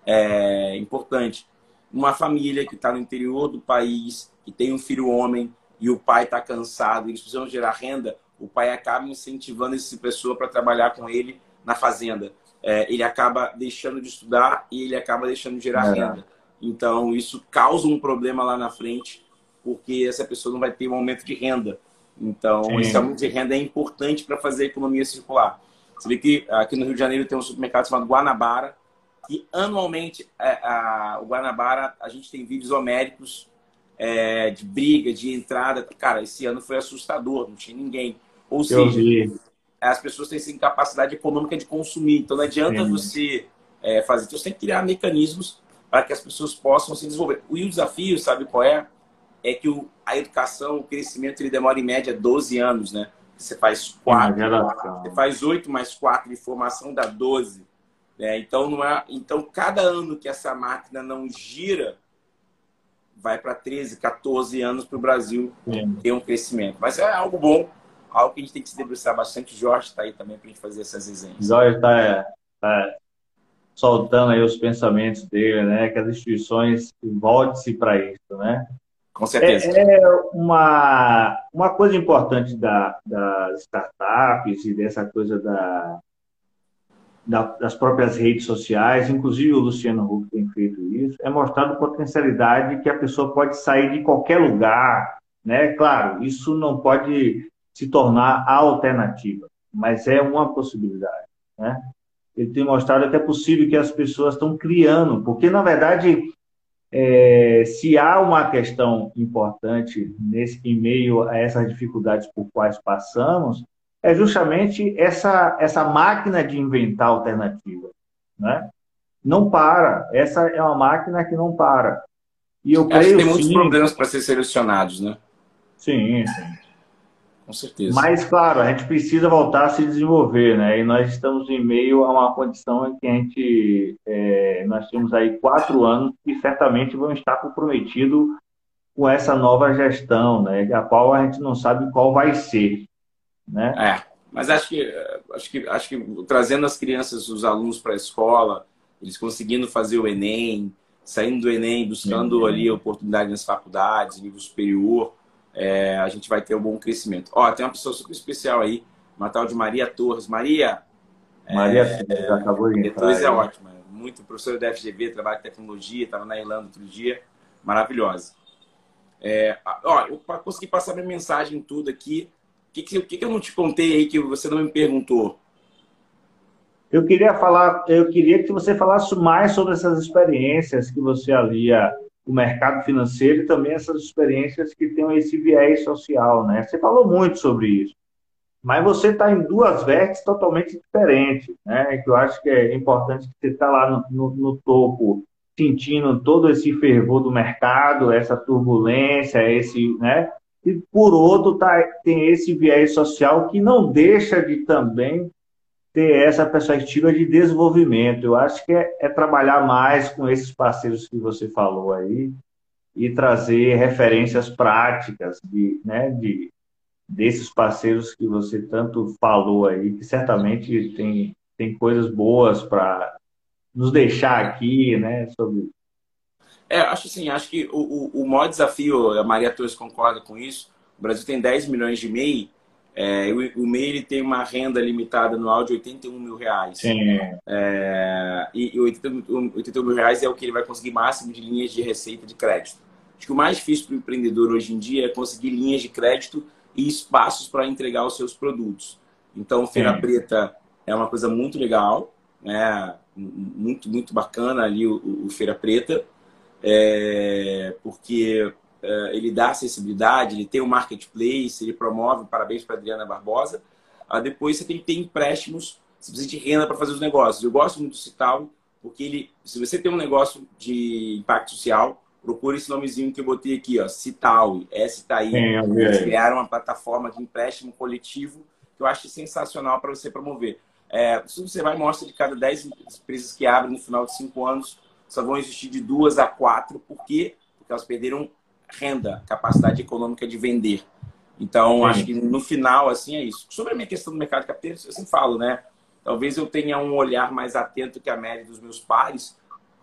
importante. Uma família que está no interior do país, que tem um filho homem e o pai está cansado, eles precisam gerar renda, o pai acaba incentivando essa pessoa para trabalhar com ele na fazenda. Ele acaba deixando de estudar e ele acaba deixando de gerar É, renda. Então, isso causa um problema lá na frente, porque essa pessoa não vai ter um aumento de renda. Então, esse sim. aumento de renda é importante para fazer a economia circular. Você vê que aqui no Rio de Janeiro tem um supermercado chamado Guanabara, que anualmente o Guanabara, a gente tem vídeos homéricos de briga, de entrada. Cara, esse ano foi assustador, não tinha ninguém. Ou Eu seja, vi. as pessoas têm essa capacidade econômica de consumir. Então, não adianta Sim. você fazer. Então, você tem que criar mecanismos para que as pessoas possam se desenvolver. E o desafio, sabe qual é? É que a educação, o crescimento, ele demora em média 12 anos, né? Você faz Uma 4, você geração. faz 8 mais 4 de formação dá 12. Né? Então, então, cada ano que essa máquina não gira, vai para 13, 14 anos para o Brasil Sim. ter um crescimento. Mas é algo bom, algo que a gente tem que se debruçar bastante. O Jorge está aí também para a gente fazer essas resenhas. Jorge está soltando aí os pensamentos dele, né? Que as instituições volte-se para isso, né? Com certeza. Uma coisa importante das startups e dessa coisa das próprias redes sociais, inclusive o Luciano Huck tem feito isso, é mostrar a potencialidade que a pessoa pode sair de qualquer lugar, né? Claro, isso não pode se tornar a alternativa, mas é uma possibilidade, né? Ele tem mostrado que é possível que as pessoas estão criando, porque, na verdade, se há uma questão importante em meio a essas dificuldades por quais passamos, é justamente essa máquina de inventar alternativas, né? não para. Essa é uma máquina que não para. E eu Acho que creio tem muitos sim, problemas para ser selecionados, né? sim, sim. Com certeza. Mas, claro, a gente precisa voltar a se desenvolver, né? E nós estamos em meio a uma condição em que nós temos aí 4 anos que certamente vão estar comprometidos com essa nova gestão, né? A qual a gente não sabe qual vai ser, né? É, mas acho que trazendo as crianças, os alunos para a escola, eles conseguindo fazer o Enem, saindo do Enem, buscando ali a oportunidade nas faculdades, nível superior, a gente vai ter um bom crescimento. Ó, tem uma pessoa super especial aí, uma tal de Maria Torres. Maria, Maria Torres acabou de Maria entrar Torres é aí. ótima, muito professora da FGV, trabalha em tecnologia, estava na Irlanda outro dia, maravilhosa. Ó, eu consegui passar minha mensagem tudo aqui. O que eu não te contei aí que você não me perguntou? Eu queria que você falasse mais sobre essas experiências que você alia o mercado financeiro e também essas experiências que têm esse viés social, né? Você falou muito sobre isso, mas você está em duas vertentes totalmente diferentes, né? Que eu acho que é importante que você está lá no topo, sentindo todo esse fervor do mercado, essa turbulência, né? E por outro, tem esse viés social que não deixa de também ter essa perspectiva de desenvolvimento. Eu acho que é trabalhar mais com esses parceiros que você falou aí e trazer referências práticas né, desses parceiros que você tanto falou aí, que certamente tem coisas boas para nos deixar aqui, né, sobre... Acho assim, acho que o maior desafio, a Maria Torres concorda com isso, o Brasil tem 10 milhões de MEI, o MEI ele tem uma renda limitada anual de R$ 81 mil. Sim, E 81 mil reais é o que ele vai conseguir máximo de linhas de receita de crédito. Acho que o mais difícil para o empreendedor hoje em dia é conseguir linhas de crédito e espaços para entregar os seus produtos. Então, Feira sim, Preta é uma coisa muito legal, né? Muito, muito bacana ali o Feira Preta, porque ele dá acessibilidade, ele tem o marketplace, ele promove, parabéns para Adriana Barbosa. Depois você tem que ter empréstimos, você precisa de renda para fazer os negócios. Eu gosto muito do Cital, porque se você tem um negócio de impacto social, procure esse nomezinho que eu botei aqui, ó, Cital, S-T-A-I. sim, eu vi Eles aí. criaram uma plataforma de empréstimo coletivo que eu acho sensacional para você promover. Se você vai, mostra de cada 10 empresas que abrem no final de 5 anos, só vão existir de 2 a 4. Por quê? Porque elas perderam renda, capacidade econômica de vender. Então, acho Sim, que no final, assim, é isso. Sobre a minha questão do mercado de capitais, eu sempre falo, né? Talvez eu tenha um olhar mais atento que a média dos meus pares,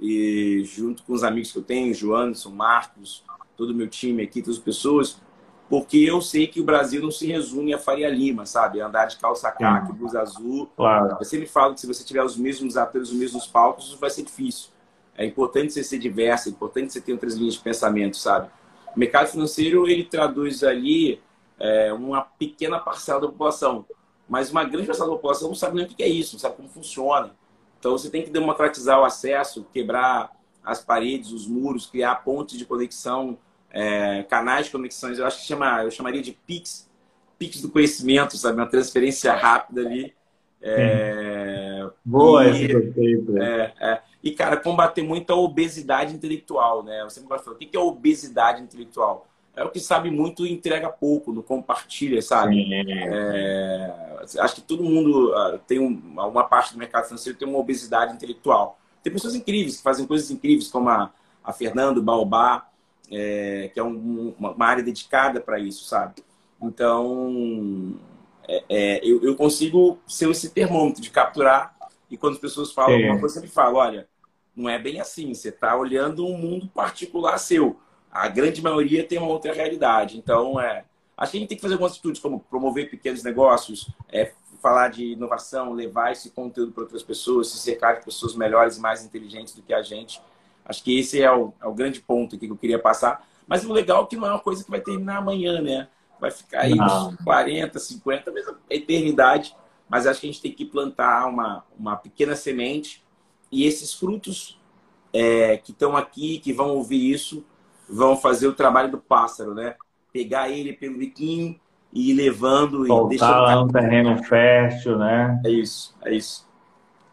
e junto com os amigos que eu tenho, Joanderson, Marcos, todo o meu time aqui, todas as pessoas, porque eu sei que o Brasil não se resume a Faria Lima, sabe? Andar de calça caque, sim, blusa azul. claro. Eu sempre falo que se você tiver os mesmos atores, os mesmos palcos, vai ser difícil. É importante você ser diverso, é importante você ter outras linhas de pensamento, sabe? O mercado financeiro, ele traduz ali uma pequena parcela da população, mas uma grande parcela da população não sabe nem o que é isso, não sabe como funciona. Então, você tem que democratizar o acesso, quebrar as paredes, os muros, criar pontes de conexão, canais de conexões. Eu acho que eu chamaria de PIX do conhecimento, sabe? Uma transferência rápida ali. Sim. É, Boa esse e conceito. e, cara, combater muito a obesidade intelectual, né? Eu sempre gosto de falar, o que é obesidade intelectual? É o que sabe muito e entrega pouco, não compartilha, sabe? Sim, Acho que todo mundo tem uma parte do mercado financeiro tem uma obesidade intelectual. Tem pessoas incríveis que fazem coisas incríveis, como a Fernando Baobá, que é uma área dedicada para isso, sabe? Então, eu consigo ser esse termômetro de capturar, e quando as pessoas falam alguma sim. coisa, eu sempre falo, olha, não é bem assim, você está olhando um mundo particular seu. A grande maioria tem uma outra realidade. Então, acho que a gente tem que fazer algumas atitudes, como promover pequenos negócios, falar de inovação, levar esse conteúdo para outras pessoas, se cercar de pessoas melhores e mais inteligentes do que a gente. Acho que esse é o grande ponto aqui que eu queria passar. Mas o legal é que não é uma coisa que vai terminar amanhã, né? Vai ficar aí uns Não. 40, 50, mesmo a eternidade. Mas acho que a gente tem que plantar uma pequena semente, e esses frutos que estão aqui, que vão ouvir isso, vão fazer o trabalho do pássaro, né? Pegar ele pelo biquinho e ir levando e deixando Voltar lá cair. no terreno fértil, né? É isso, é isso.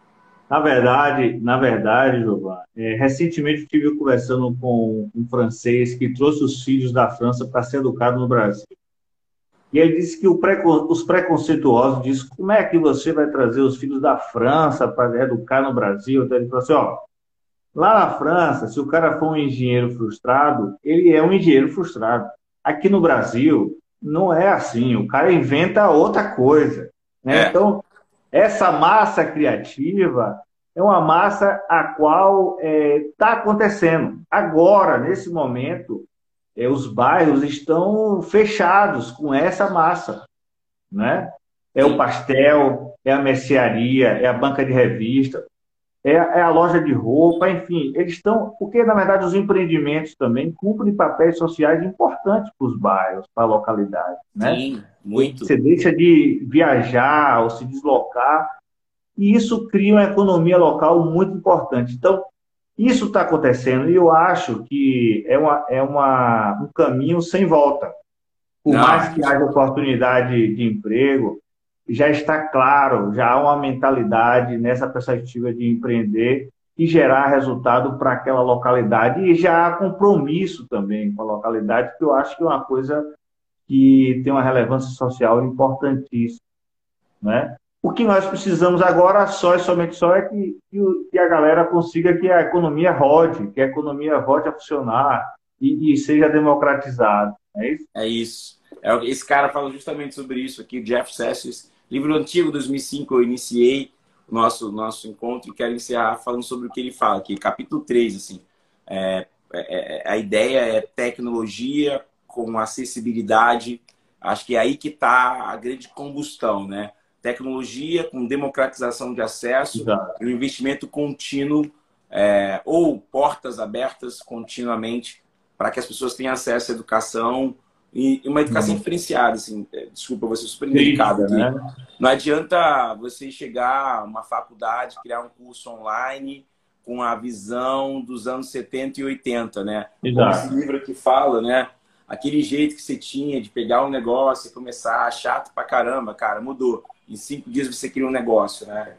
na verdade, Giovanni, recentemente eu estive conversando com um francês que trouxe os filhos da França para ser educado no Brasil. E ele disse que os preconceituosos dizem, como é que você vai trazer os filhos da França para educar no Brasil? Então ele falou assim, ó, lá na França, se o cara for um engenheiro frustrado, ele é um engenheiro frustrado. Aqui no Brasil, não é assim, o cara inventa outra coisa, né? É, Então, essa massa criativa é uma massa a qual está acontecendo. Agora, nesse momento, os bairros estão fechados com essa massa, né? É o sim. pastel, é a mercearia, é a banca de revista, é a loja de roupa, enfim, eles estão, porque na verdade os empreendimentos também cumprem papéis sociais importantes para os bairros, para a localidade, né? Sim, muito. Você deixa de viajar ou se deslocar, e isso cria uma economia local muito importante. Então, isso está acontecendo e eu acho que um caminho sem volta. Por Não, mais que haja oportunidade de emprego, já está claro, já há uma mentalidade nessa perspectiva de empreender e gerar resultado para aquela localidade e já há compromisso também com a localidade, que eu acho que é uma coisa que tem uma relevância social importantíssima, né? O que nós precisamos agora, só e somente só, é que a galera consiga que a economia rode, que a economia volte a funcionar e seja democratizada. É isso? é isso. Esse cara fala justamente sobre isso aqui, Jeff Sessions. Livro antigo, 2005, eu iniciei o nosso encontro e quero encerrar falando sobre o que ele fala aqui. Capítulo 3, assim. A ideia é tecnologia com acessibilidade. Acho que é aí que está a grande combustão, né? Tecnologia com democratização de acesso Exato. e um investimento contínuo, ou portas abertas continuamente para que as pessoas tenham acesso à educação e uma educação Hum. diferenciada. Assim, desculpa, vou ser super indelicado Crítica, aqui. né? Não adianta você chegar a uma faculdade, criar um curso online com a visão dos anos 70 e 80, né? Como esse Exato. livro aqui fala, né? Aquele jeito que você tinha de pegar um negócio e começar chato pra caramba, cara, mudou. Em 5 dias você cria um negócio, né?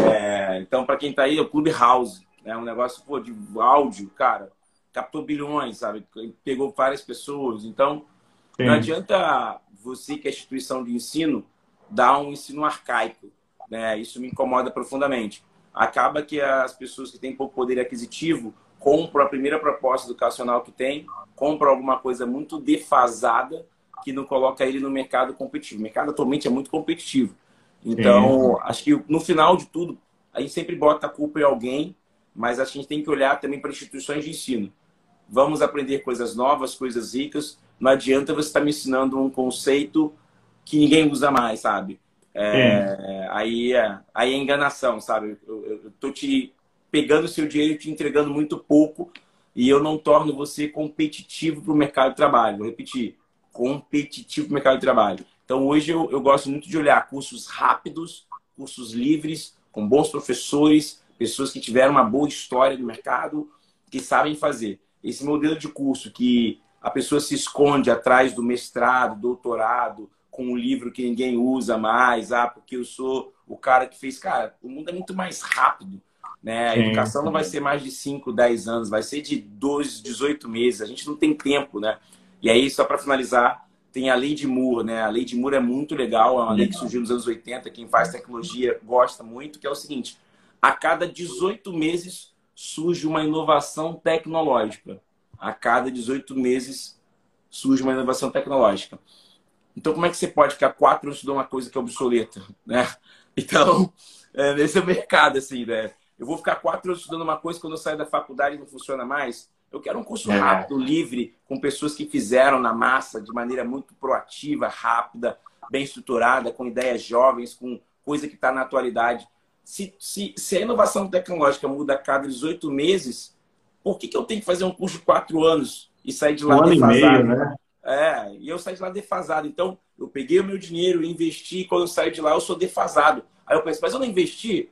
Então, para quem tá aí, é o Clubhouse, né? Um negócio, pô, de áudio, cara, captou bilhões, sabe? Pegou várias pessoas. Então, não Sim. adianta você, que é instituição de ensino, dar um ensino arcaico, né? Isso me incomoda profundamente. Acaba que as pessoas que têm pouco poder aquisitivo compram a primeira proposta educacional que tem, compram alguma coisa muito defasada que não coloca ele no mercado competitivo. O mercado atualmente é muito competitivo. Sim. Então, acho que no final de tudo, a gente sempre bota a culpa em alguém, mas a gente tem que olhar também para instituições de ensino. Vamos aprender coisas novas, coisas ricas. Não adianta você estar me ensinando um conceito que ninguém usa mais, sabe? Sim. Aí é enganação, sabe? Eu tô te pegando o seu dinheiro e te entregando muito pouco e eu não torno você competitivo para o mercado de trabalho. Vou repetir, competitivo para o mercado de trabalho. Então, hoje eu gosto muito de olhar cursos rápidos, cursos livres, com bons professores, pessoas que tiveram uma boa história no mercado, que sabem fazer. Esse modelo de curso que a pessoa se esconde atrás do mestrado, doutorado, com um livro que ninguém usa mais, porque eu sou o cara que fez. Cara, o mundo é muito mais rápido, né? A Sim. educação não vai ser mais de 5, 10 anos, vai ser de 12, 18 meses. A gente não tem tempo, né? E aí, só para finalizar, tem a Lei de Moore, né? A Lei de Moore é muito legal, é uma lei que surgiu nos anos 80, quem faz tecnologia gosta muito, que é o seguinte: a cada 18 meses surge uma inovação tecnológica. A cada 18 meses surge uma inovação tecnológica. Então, como é que você pode ficar 4 anos estudando uma coisa que é obsoleta, né? Então, nesse é o mercado, assim, né? Eu vou ficar 4 anos estudando uma coisa que quando eu saio da faculdade não funciona mais. Eu quero um curso É. rápido, livre, com pessoas que fizeram na massa de maneira muito proativa, rápida, bem estruturada, com ideias jovens, com coisa que está na atualidade. Se a inovação tecnológica muda a cada 18 meses, por que eu tenho que fazer um curso de 4 anos e sair de lá Um ano e meio, defasado? né? E eu saí de lá defasado. Então, eu peguei o meu dinheiro, investi, e quando eu saio de lá, eu sou defasado. Aí eu penso, mas eu não investi?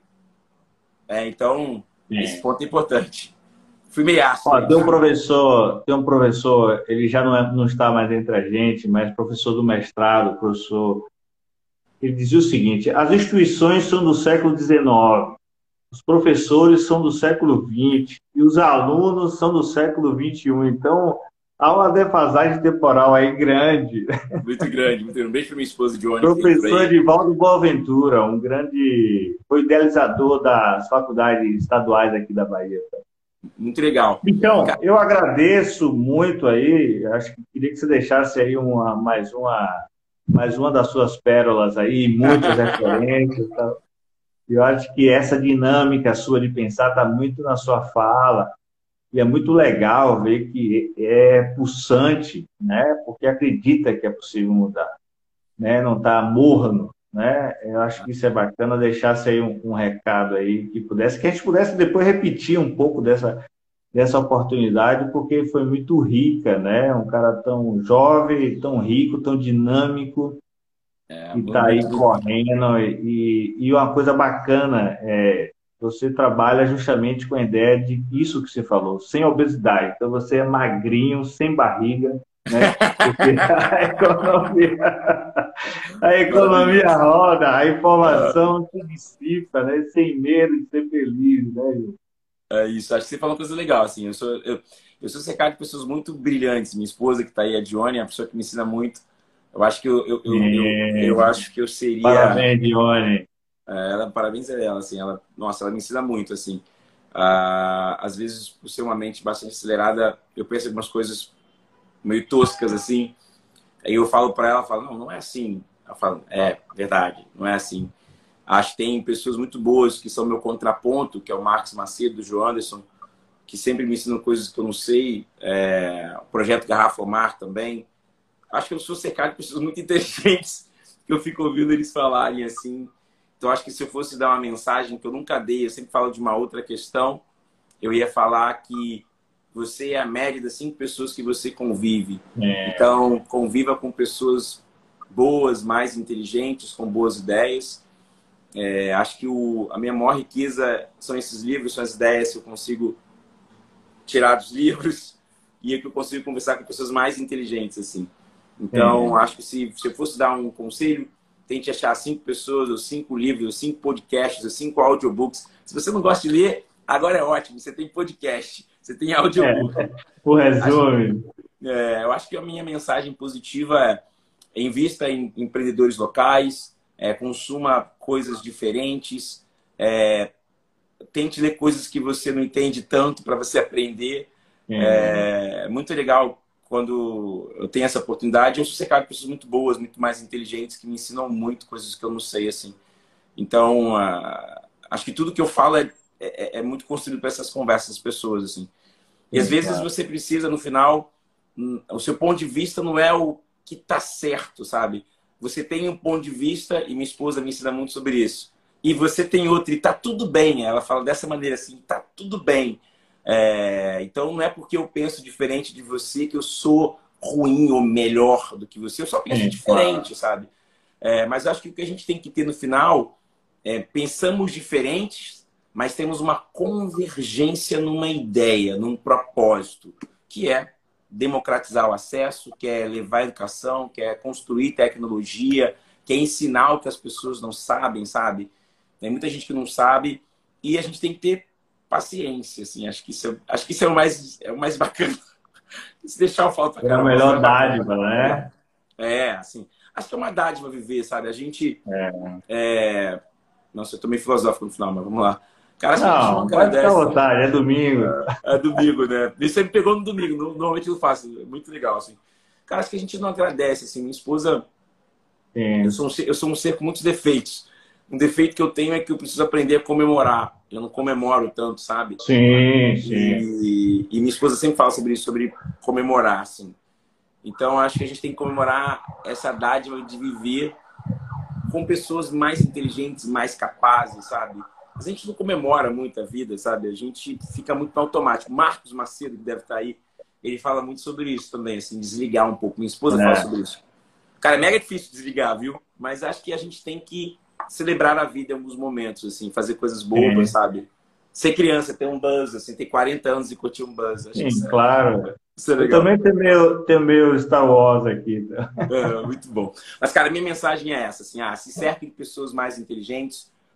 Então, esse Sim. ponto é importante. Fui meio ácido Ó, aí, tem um professor, ele já não está mais entre a gente, mas professor do mestrado, professor, ele dizia o seguinte: as instituições são do século XIX, os professores são do século XX e os alunos são do século XXI. Então, há uma defasagem temporal aí grande. Muito grande, muito grande. Um beijo para minha esposa, Johnny, que tem por Professor aí. Edivaldo Boaventura, um grande, foi idealizador das faculdades estaduais aqui da Bahia. Muito legal. Então, eu agradeço muito aí, acho que queria que você deixasse aí mais uma das suas pérolas aí, muitas referências, tá? Eu acho que essa dinâmica sua de pensar está muito na sua fala, e é muito legal ver que é pulsante, né? Porque acredita que é possível mudar, né? Não está morno, né? Eu acho que isso é bacana, deixasse aí um recado aí que a gente pudesse depois repetir um pouco dessa oportunidade, porque foi muito rica, né? Um cara tão jovem, tão rico, tão dinâmico, e está aí Muito, muito. correndo. E uma coisa bacana você trabalha justamente com a ideia de isso que você falou, sem obesidade. Então você é magrinho, sem barriga, né? Porque a Maravilhoso. economia roda, a informação te dissipa, né? Sem medo de ser feliz, né, Ju? É isso, acho que você falou uma coisa legal, assim, eu sou cercado de pessoas muito brilhantes, minha esposa que está aí, a Dione, é uma pessoa que me ensina muito, eu acho que eu acho que eu seria, Parabéns, Dione. ela, parabéns a ela, assim, ela, nossa, ela me ensina muito, assim, às vezes, por ser uma mente bastante acelerada, eu penso em algumas coisas meio toscas, assim, aí eu falo para ela, falo, não, não é assim, ela fala, é, verdade, não é assim. Acho que tem pessoas muito boas que são meu contraponto, que é o Marcos Macedo, o João Anderson, que sempre me ensinam coisas que eu não sei. O projeto Garrafa Mar também. Acho que eu sou cercado de pessoas muito inteligentes que eu fico ouvindo eles falarem assim. Então, acho que se eu fosse dar uma mensagem que eu nunca dei, eu sempre falo de uma outra questão, eu ia falar que você é a média das 5 pessoas que você convive. É, Então, conviva com pessoas boas, mais inteligentes, com boas ideias. Acho que a minha maior riqueza são esses livros, são as ideias que eu consigo tirar dos livros e é que eu consigo conversar com pessoas mais inteligentes, assim. Então, é, acho que se eu fosse dar um conselho, tente achar 5 pessoas, ou 5 livros, ou 5 podcasts, ou 5 audiobooks. Se você não gosta de ler, agora é ótimo. Você tem podcast, você tem audiobook. o Acho, resumo. eu acho que a minha mensagem positiva é invista em empreendedores locais, consuma coisas diferentes, tente ler coisas que você não entende tanto para você aprender. É, É muito legal quando eu tenho essa oportunidade. Eu sou cercado de pessoas muito boas, muito mais inteligentes, que me ensinam muito coisas que eu não sei, assim. Então, acho que tudo que eu falo é muito construído para essas conversas das pessoas, assim. E às vezes exato. você precisa, no final, o seu ponto de vista não é o que está certo, sabe? Você tem um ponto de vista, e minha esposa me ensina muito sobre isso. E você tem outro, e tá tudo bem. Ela fala dessa maneira assim, tá tudo bem. Então não é porque eu penso diferente de você que eu sou ruim ou melhor do que você. Eu só penso Claro. diferente, sabe? Mas eu acho que o que a gente tem que ter no final pensamos diferentes, mas temos uma convergência numa ideia, num propósito, que é democratizar o acesso, que é levar a educação, que é construir tecnologia, que é ensinar o que as pessoas não sabem, sabe? Tem muita gente que não sabe e a gente tem que ter paciência, assim. Acho que isso é o mais bacana. Se deixar eu falo pra É a caramba, mas é o melhor mais bacana. dádiva, né? Assim. Acho que é uma dádiva viver, sabe? A gente É. nossa, eu tô meio filosófico no final, mas vamos lá. Cara, acho que a gente não Não, pode ficar à agradece. vontade, é domingo. É domingo, né? Isso aí me pegou no domingo. Normalmente eu faço. É muito legal, assim. Cara, acho que a gente não agradece, assim. Minha esposa... Sim, Eu sou um ser com muitos defeitos. Um defeito que eu tenho é que eu preciso aprender a comemorar. Eu não comemoro tanto, sabe? sim, sim. E minha esposa sempre fala sobre isso, sobre comemorar, assim. Então, acho que a gente tem que comemorar essa dádiva de viver com pessoas mais inteligentes, mais capazes, sabe? A gente não comemora muito a vida, sabe? A gente fica muito no automático. Marcos Macedo, que deve estar aí, ele fala muito sobre isso também, assim, desligar um pouco. Minha esposa fala É, sobre isso. Cara, é mega difícil desligar, viu? Mas acho que a gente tem que celebrar a vida em alguns momentos, assim, fazer coisas bobas, sim, sabe? Ser criança, ter um buzz, assim, ter 40 anos e curtir um buzz. Acho que sim, claro. isso é Eu legal. também tenho meu Star Wars aqui. Tá? Muito bom. Mas, cara, minha mensagem é essa, assim, se cerque de pessoas mais inteligentes,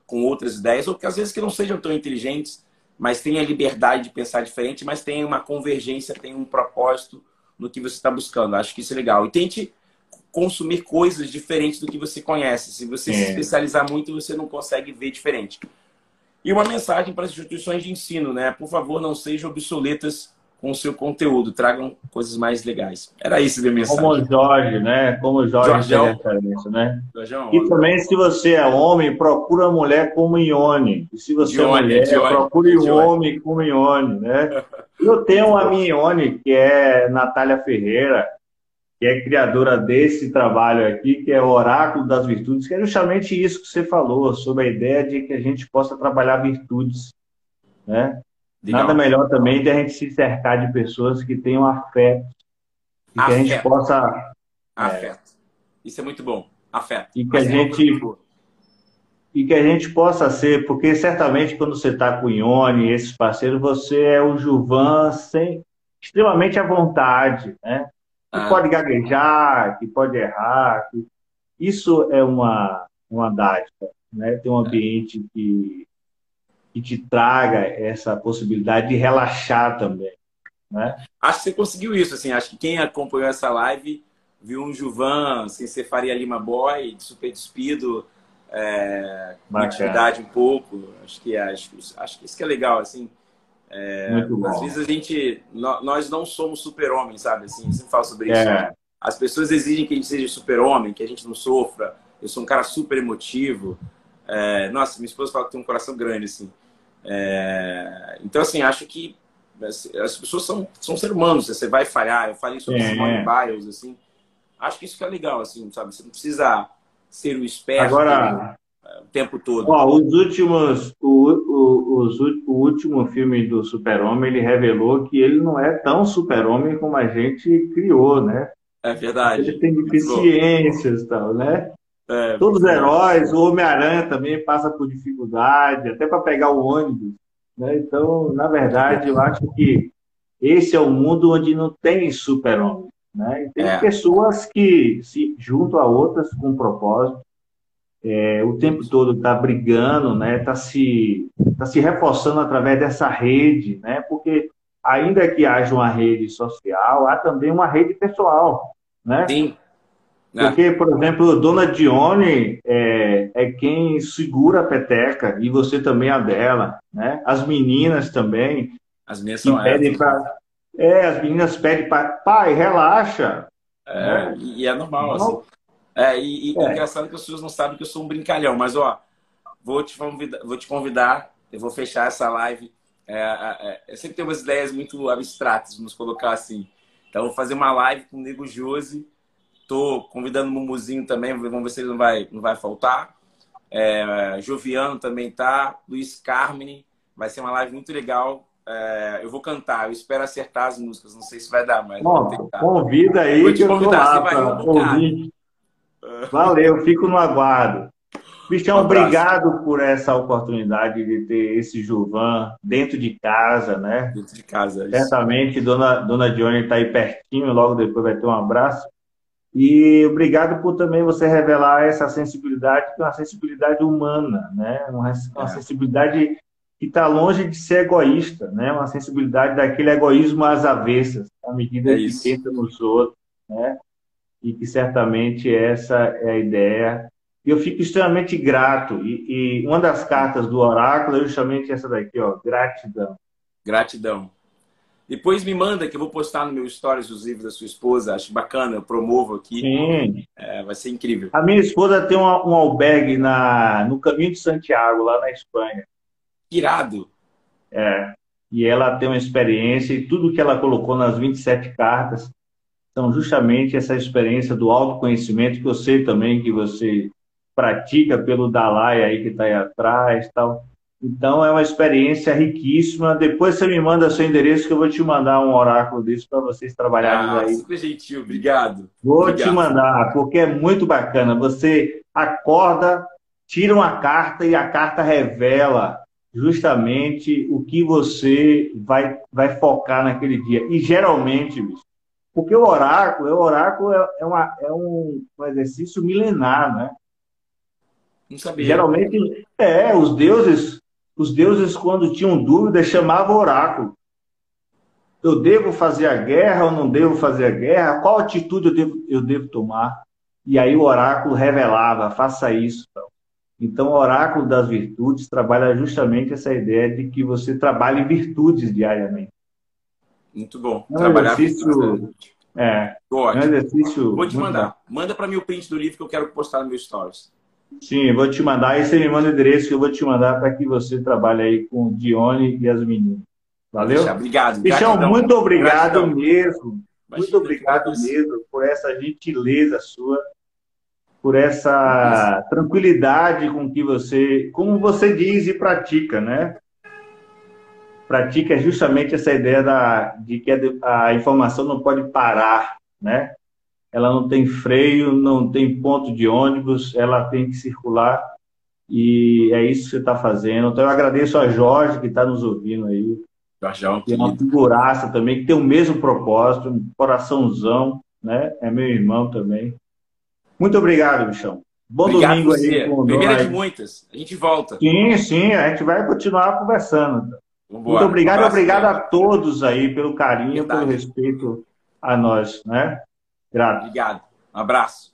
com outras ideias, ou que às vezes que não sejam tão inteligentes, mas tenha a liberdade de pensar diferente, mas tenha uma convergência, tenha um propósito no que você está buscando. Acho que isso é legal. E tente consumir coisas diferentes do que você conhece. Se você se É. especializar muito, você não consegue ver diferente. E uma mensagem para as instituições de ensino, né? Por favor, não sejam obsoletas com o seu conteúdo. Tragam coisas mais legais. Era isso a minha Como mensagem. o Jorge, né? Como o Jorge fez Jorgão. referência, né? Jorgão, E homem. também, se você é homem, procura uma mulher como Ione. E se você é Dione, é mulher, Dione, é procure um Dione. homem como Ione, né? Eu Muito tenho a bom. minha Ione, que é Natália Ferreira, que é criadora desse trabalho aqui, que é o Oráculo das Virtudes, que é justamente isso que você falou, sobre a ideia de que a gente possa trabalhar virtudes, né? Nada Legal. melhor também de a gente se cercar de pessoas que tenham afeto e que a gente Afeto. possa Afeto. Isso é muito bom. Afeto. e que a Essa é uma coisa muito gente boa. e que a gente possa ser, porque certamente quando você está com o Ione, esses parceiros, você é o Gilvan sem, extremamente à vontade, né? Que Ah, pode gaguejar, que pode errar. Isso é uma dádiva, né? Ter um ambiente que te traga essa possibilidade de relaxar também, né? acho que você conseguiu isso, assim. Acho que quem acompanhou essa live viu um Gilvan sem ser Faria Lima Boy, super despido, com Bacana, intimidade um pouco. Acho que isso que é legal, assim. muito Às bom. vezes nós não somos super-homens, sabe? Assim, eu sempre falo sobre isso. É, As pessoas exigem que a gente seja super-homem, que a gente não sofra. Eu sou um cara super emotivo. Nossa, minha esposa fala que tem um coração grande, assim. Então, assim, acho que as pessoas são seres humanos. Você vai falhar. Eu falei sobre Simone é. Biles, assim. Acho que isso que é legal, assim, sabe? Você não precisa ser o esperto Agora, o tempo todo. ó, o último filme do Super-Homem, ele revelou que ele não é tão super-homem como a gente criou, né? É Ele verdade. tem Muito bom. deficiências e tal, né? Todos Muito os bom. heróis, o Homem-Aranha também passa por dificuldade, até para pegar o ônibus, né? Então, na Muito bom. verdade, eu acho que esse é um mundo onde não tem super-homem, né? E tem É, pessoas que se juntam a outras com um propósito, o tempo isso. todo está brigando, né? Tá se reforçando através dessa rede, né? Porque ainda que haja uma rede social, há também uma rede pessoal, né? Sim. É. Porque, por exemplo, Dona Dione é quem segura a peteca e você também a dela, né? As meninas também As minhas que são pedem essas. para as meninas pedem para pai, relaxa, né? E é normal, assim. Não, E engraçado que as pessoas não sabem que eu sou um brincalhão, mas ó, vou te convidar, eu vou fechar essa live. Eu sempre tenho umas ideias muito abstratas, vamos colocar assim. Então, vou fazer uma live com o Nego Josi. Tô convidando o Mumuzinho também, vamos ver se ele não vai faltar. Joviano também tá, Luiz Carmine, vai ser uma live muito legal. Eu vou cantar, eu espero acertar as músicas, não sei se vai dar, mas vamos pronto, tentar. convida Vou aí que te eu tô convidar, você lá vai rir um para bocado. ouvir. Valeu, fico no aguardo. Um Cristian, abraço. obrigado por essa oportunidade de ter esse Gilvan dentro de casa, né? Dentro de casa, é isso. Certamente Dona Dione está aí pertinho, logo depois vai ter um abraço. E obrigado por também você revelar essa sensibilidade, que é uma sensibilidade humana, né? Uma É, sensibilidade que está longe de ser egoísta, né? Uma sensibilidade daquele egoísmo às avessas, à é medida que isso. pensa nos outros, né? E que certamente essa é a ideia. E eu fico extremamente grato. E uma das cartas do oráculo é justamente essa daqui, ó, gratidão. Gratidão. Depois me manda que eu vou postar no meu stories os livros da sua esposa. Acho bacana, eu promovo aqui. Sim. Vai ser incrível. A minha esposa tem um albergue no Caminho de Santiago, lá na Espanha. Irado. E ela tem uma experiência, e tudo que ela colocou nas 27 cartas são justamente essa experiência do autoconhecimento, que eu sei também que você pratica pelo Dalai aí que está aí atrás, tal. Então é uma experiência riquíssima. Depois você me manda seu endereço que eu vou te mandar um oráculo desse para vocês trabalharem Ah, aí. super gentil. Obrigado. Vou te Obrigado. mandar, porque é muito bacana. Você acorda, tira uma carta e a carta revela justamente o que você vai focar naquele dia. E geralmente, bicho, porque o oráculo é um exercício milenar, né? Não sabia. Geralmente, os deuses, quando tinham dúvidas, chamavam o oráculo. Eu devo fazer a guerra ou não devo fazer a guerra? Qual atitude eu devo tomar? E aí o oráculo revelava, faça isso. Então, o oráculo das virtudes trabalha justamente essa ideia de que você trabalhe em virtudes diariamente. Muito bom. É um Trabalhar virtudes da exercício, virtude. é, é um Ótimo. Vou exercício te muito bom. mandar. Manda para mim o print do livro que eu quero postar no meu stories. Sim, eu vou te mandar, aí você me manda o endereço que eu vou te mandar para que você trabalhe aí com o Dione e as meninas. Pode deixar. Valeu? Obrigado. Bichão, Gratidão. muito obrigado Gratidão. mesmo. Muito Imagina, eu que obrigado agradeço. mesmo por essa gentileza sua, por Que isso. essa tranquilidade com que você, como você diz e pratica, né? Pratica justamente essa ideia de que a informação não pode parar, né? Ela não tem freio, não tem ponto de ônibus, ela tem que circular e é isso que você está fazendo. Então eu agradeço a Jorge que está nos ouvindo aí, Jorjão, que é uma querido. figuraça também, que tem o mesmo propósito, um coraçãozão, né? É meu irmão também. Muito obrigado, bichão. Bom Obrigado domingo aí você. com Primeira Dona. de muitas. A gente volta. Sim, sim, a gente vai continuar conversando. Vamos Muito embora. Um obrigado e abraço obrigado a grande. todos aí pelo carinho, pelo Verdade. respeito a nós, né? Grato. Obrigado. Um abraço.